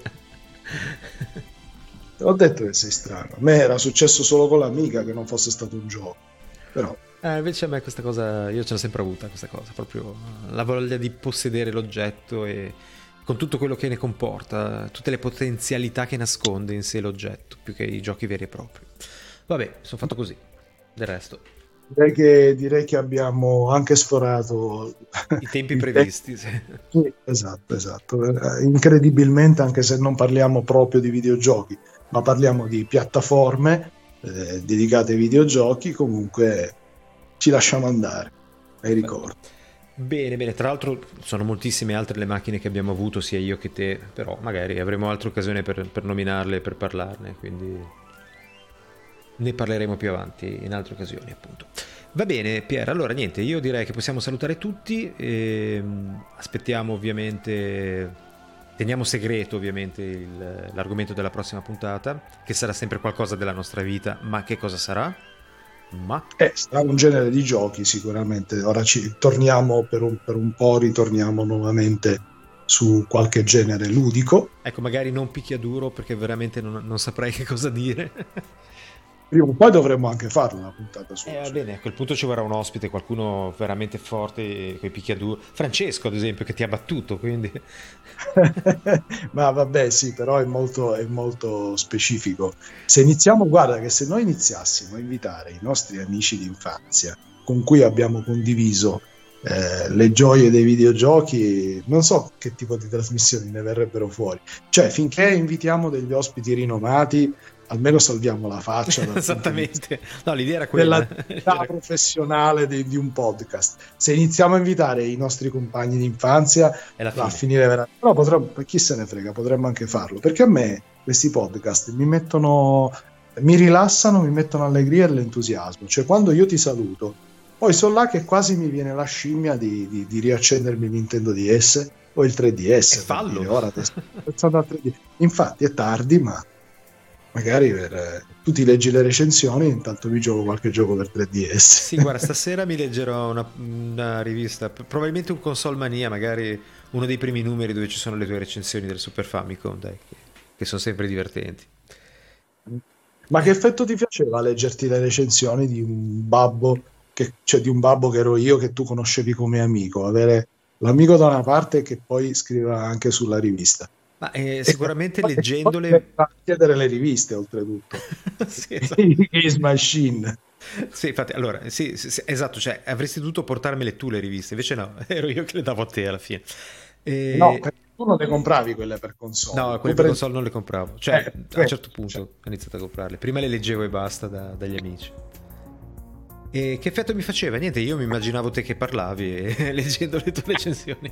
Ho detto che sei strano. A me era successo solo con l'Amiga che non fosse stato un gioco. Però invece a me questa cosa, io ce l'ho sempre avuta questa cosa, proprio la voglia di possedere l'oggetto e con tutto quello che ne comporta, tutte le potenzialità che nasconde in sé l'oggetto, più che i giochi veri e propri. Vabbè, sono fatto così. Del resto direi che abbiamo anche sforato i tempi previsti. Sì, esatto. Incredibilmente, anche se non parliamo proprio di videogiochi, ma parliamo di piattaforme dedicate ai videogiochi, comunque ci lasciamo andare ai ricordi. Bene, tra l'altro sono moltissime altre le macchine che abbiamo avuto, sia io che te, però magari avremo altre occasioni per nominarle, per parlarne, quindi ne parleremo più avanti in altre occasioni, appunto. Va bene, Pier, allora niente, io direi che possiamo salutare tutti, aspettiamo ovviamente, teniamo segreto ovviamente l'argomento della prossima puntata, che sarà sempre qualcosa della nostra vita, ma che cosa sarà? Sarà un genere di giochi sicuramente. Ora ci torniamo per un po', ritorniamo nuovamente su qualche genere ludico. Ecco, magari non picchiaduro, perché veramente non saprei che cosa dire. Prima o poi dovremmo anche farla una puntata su. Va bene, a quel punto ci vorrà un ospite, qualcuno veramente forte con i picchiaduro. Francesco, ad esempio, che ti ha battuto, quindi... Ma vabbè, sì, però è molto specifico. Se iniziamo, guarda che se noi iniziassimo a invitare i nostri amici d'infanzia con cui abbiamo condiviso le gioie dei videogiochi, non so che tipo di trasmissioni ne verrebbero fuori. Cioè, finché invitiamo degli ospiti rinomati, almeno salviamo la faccia esattamente. No, l'idea era quella dell'attività professionale di un podcast. Se iniziamo a invitare i nostri compagni d'infanzia va a finire veramente. Però potremmo, chi se ne frega, potremmo anche farlo, perché a me questi podcast mi rilassano, mi mettono allegria e l'entusiasmo. Cioè, quando io ti saluto, poi sono là che quasi mi viene la scimmia di riaccendermi il Nintendo DS o il 3DS. Fallo. Dire, ora pensando al 3D. Infatti è tardi, ma magari tu ti leggi le recensioni, intanto mi gioco qualche gioco per 3DS. Sì, guarda, stasera mi leggerò una rivista, probabilmente un Console Mania, magari uno dei primi numeri dove ci sono le tue recensioni del Super Famicom, dai, che sono sempre divertenti. Ma che effetto ti piaceva leggerti le recensioni di un babbo di un babbo che ero io, che tu conoscevi come amico, avere l'amico da una parte che poi scriveva anche sulla rivista? Ma sicuramente leggendole... chiedere le riviste, oltretutto. Sì, esatto. Case Machine. Sì, infatti, allora, sì, esatto, cioè avresti dovuto portarmele tu le riviste, invece no, ero io che le davo a te alla fine. No, tu non le compravi quelle per console. No, quelle per console non le compravo, cioè a un certo punto ho iniziato a comprarle, prima le leggevo e basta dagli amici. E che effetto mi faceva? Niente, io mi immaginavo te che parlavi e leggendo le tue recensioni.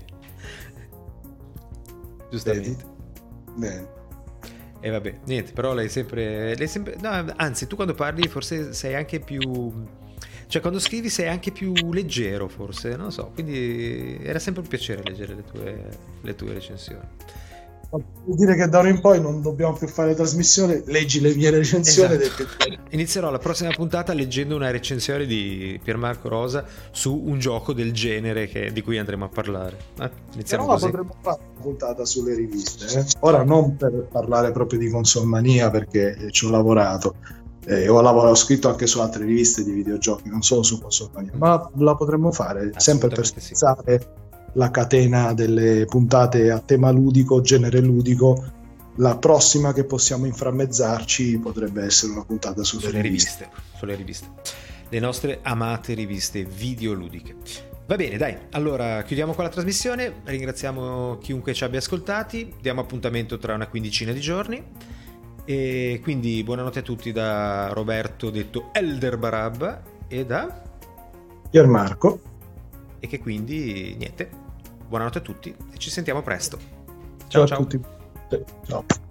Giustamente. Bene. E vabbè, niente, però lei sempre no, anzi, tu quando parli forse sei anche più... Cioè, quando scrivi sei anche più leggero, forse, non lo so. Quindi era sempre un piacere leggere le tue recensioni. Vuol dire che da ora in poi non dobbiamo più fare trasmissione, leggi le mie recensioni. Esatto. Inizierò la prossima puntata leggendo una recensione di Piermarco Rosa su un gioco del genere di cui andremo a parlare. Iniziamo così. Potremmo fare una puntata sulle riviste. Ora non per parlare proprio di Console Mania, perché ci ho lavorato. Ho scritto anche su altre riviste di videogiochi, non solo su Console Mania, ma la potremmo fare sempre per spezzare la catena delle puntate a tema ludico, genere ludico. La prossima che possiamo inframmezzarci potrebbe essere una puntata sulle riviste. Le nostre amate riviste videoludiche. Va bene, dai, allora chiudiamo qua la trasmissione, ringraziamo chiunque ci abbia ascoltati, diamo appuntamento tra una quindicina di giorni e quindi buonanotte a tutti da Roberto detto Elder Barabba e da Piermarco, e che quindi niente, buonanotte a tutti e ci sentiamo presto. Ciao a tutti. Ciao.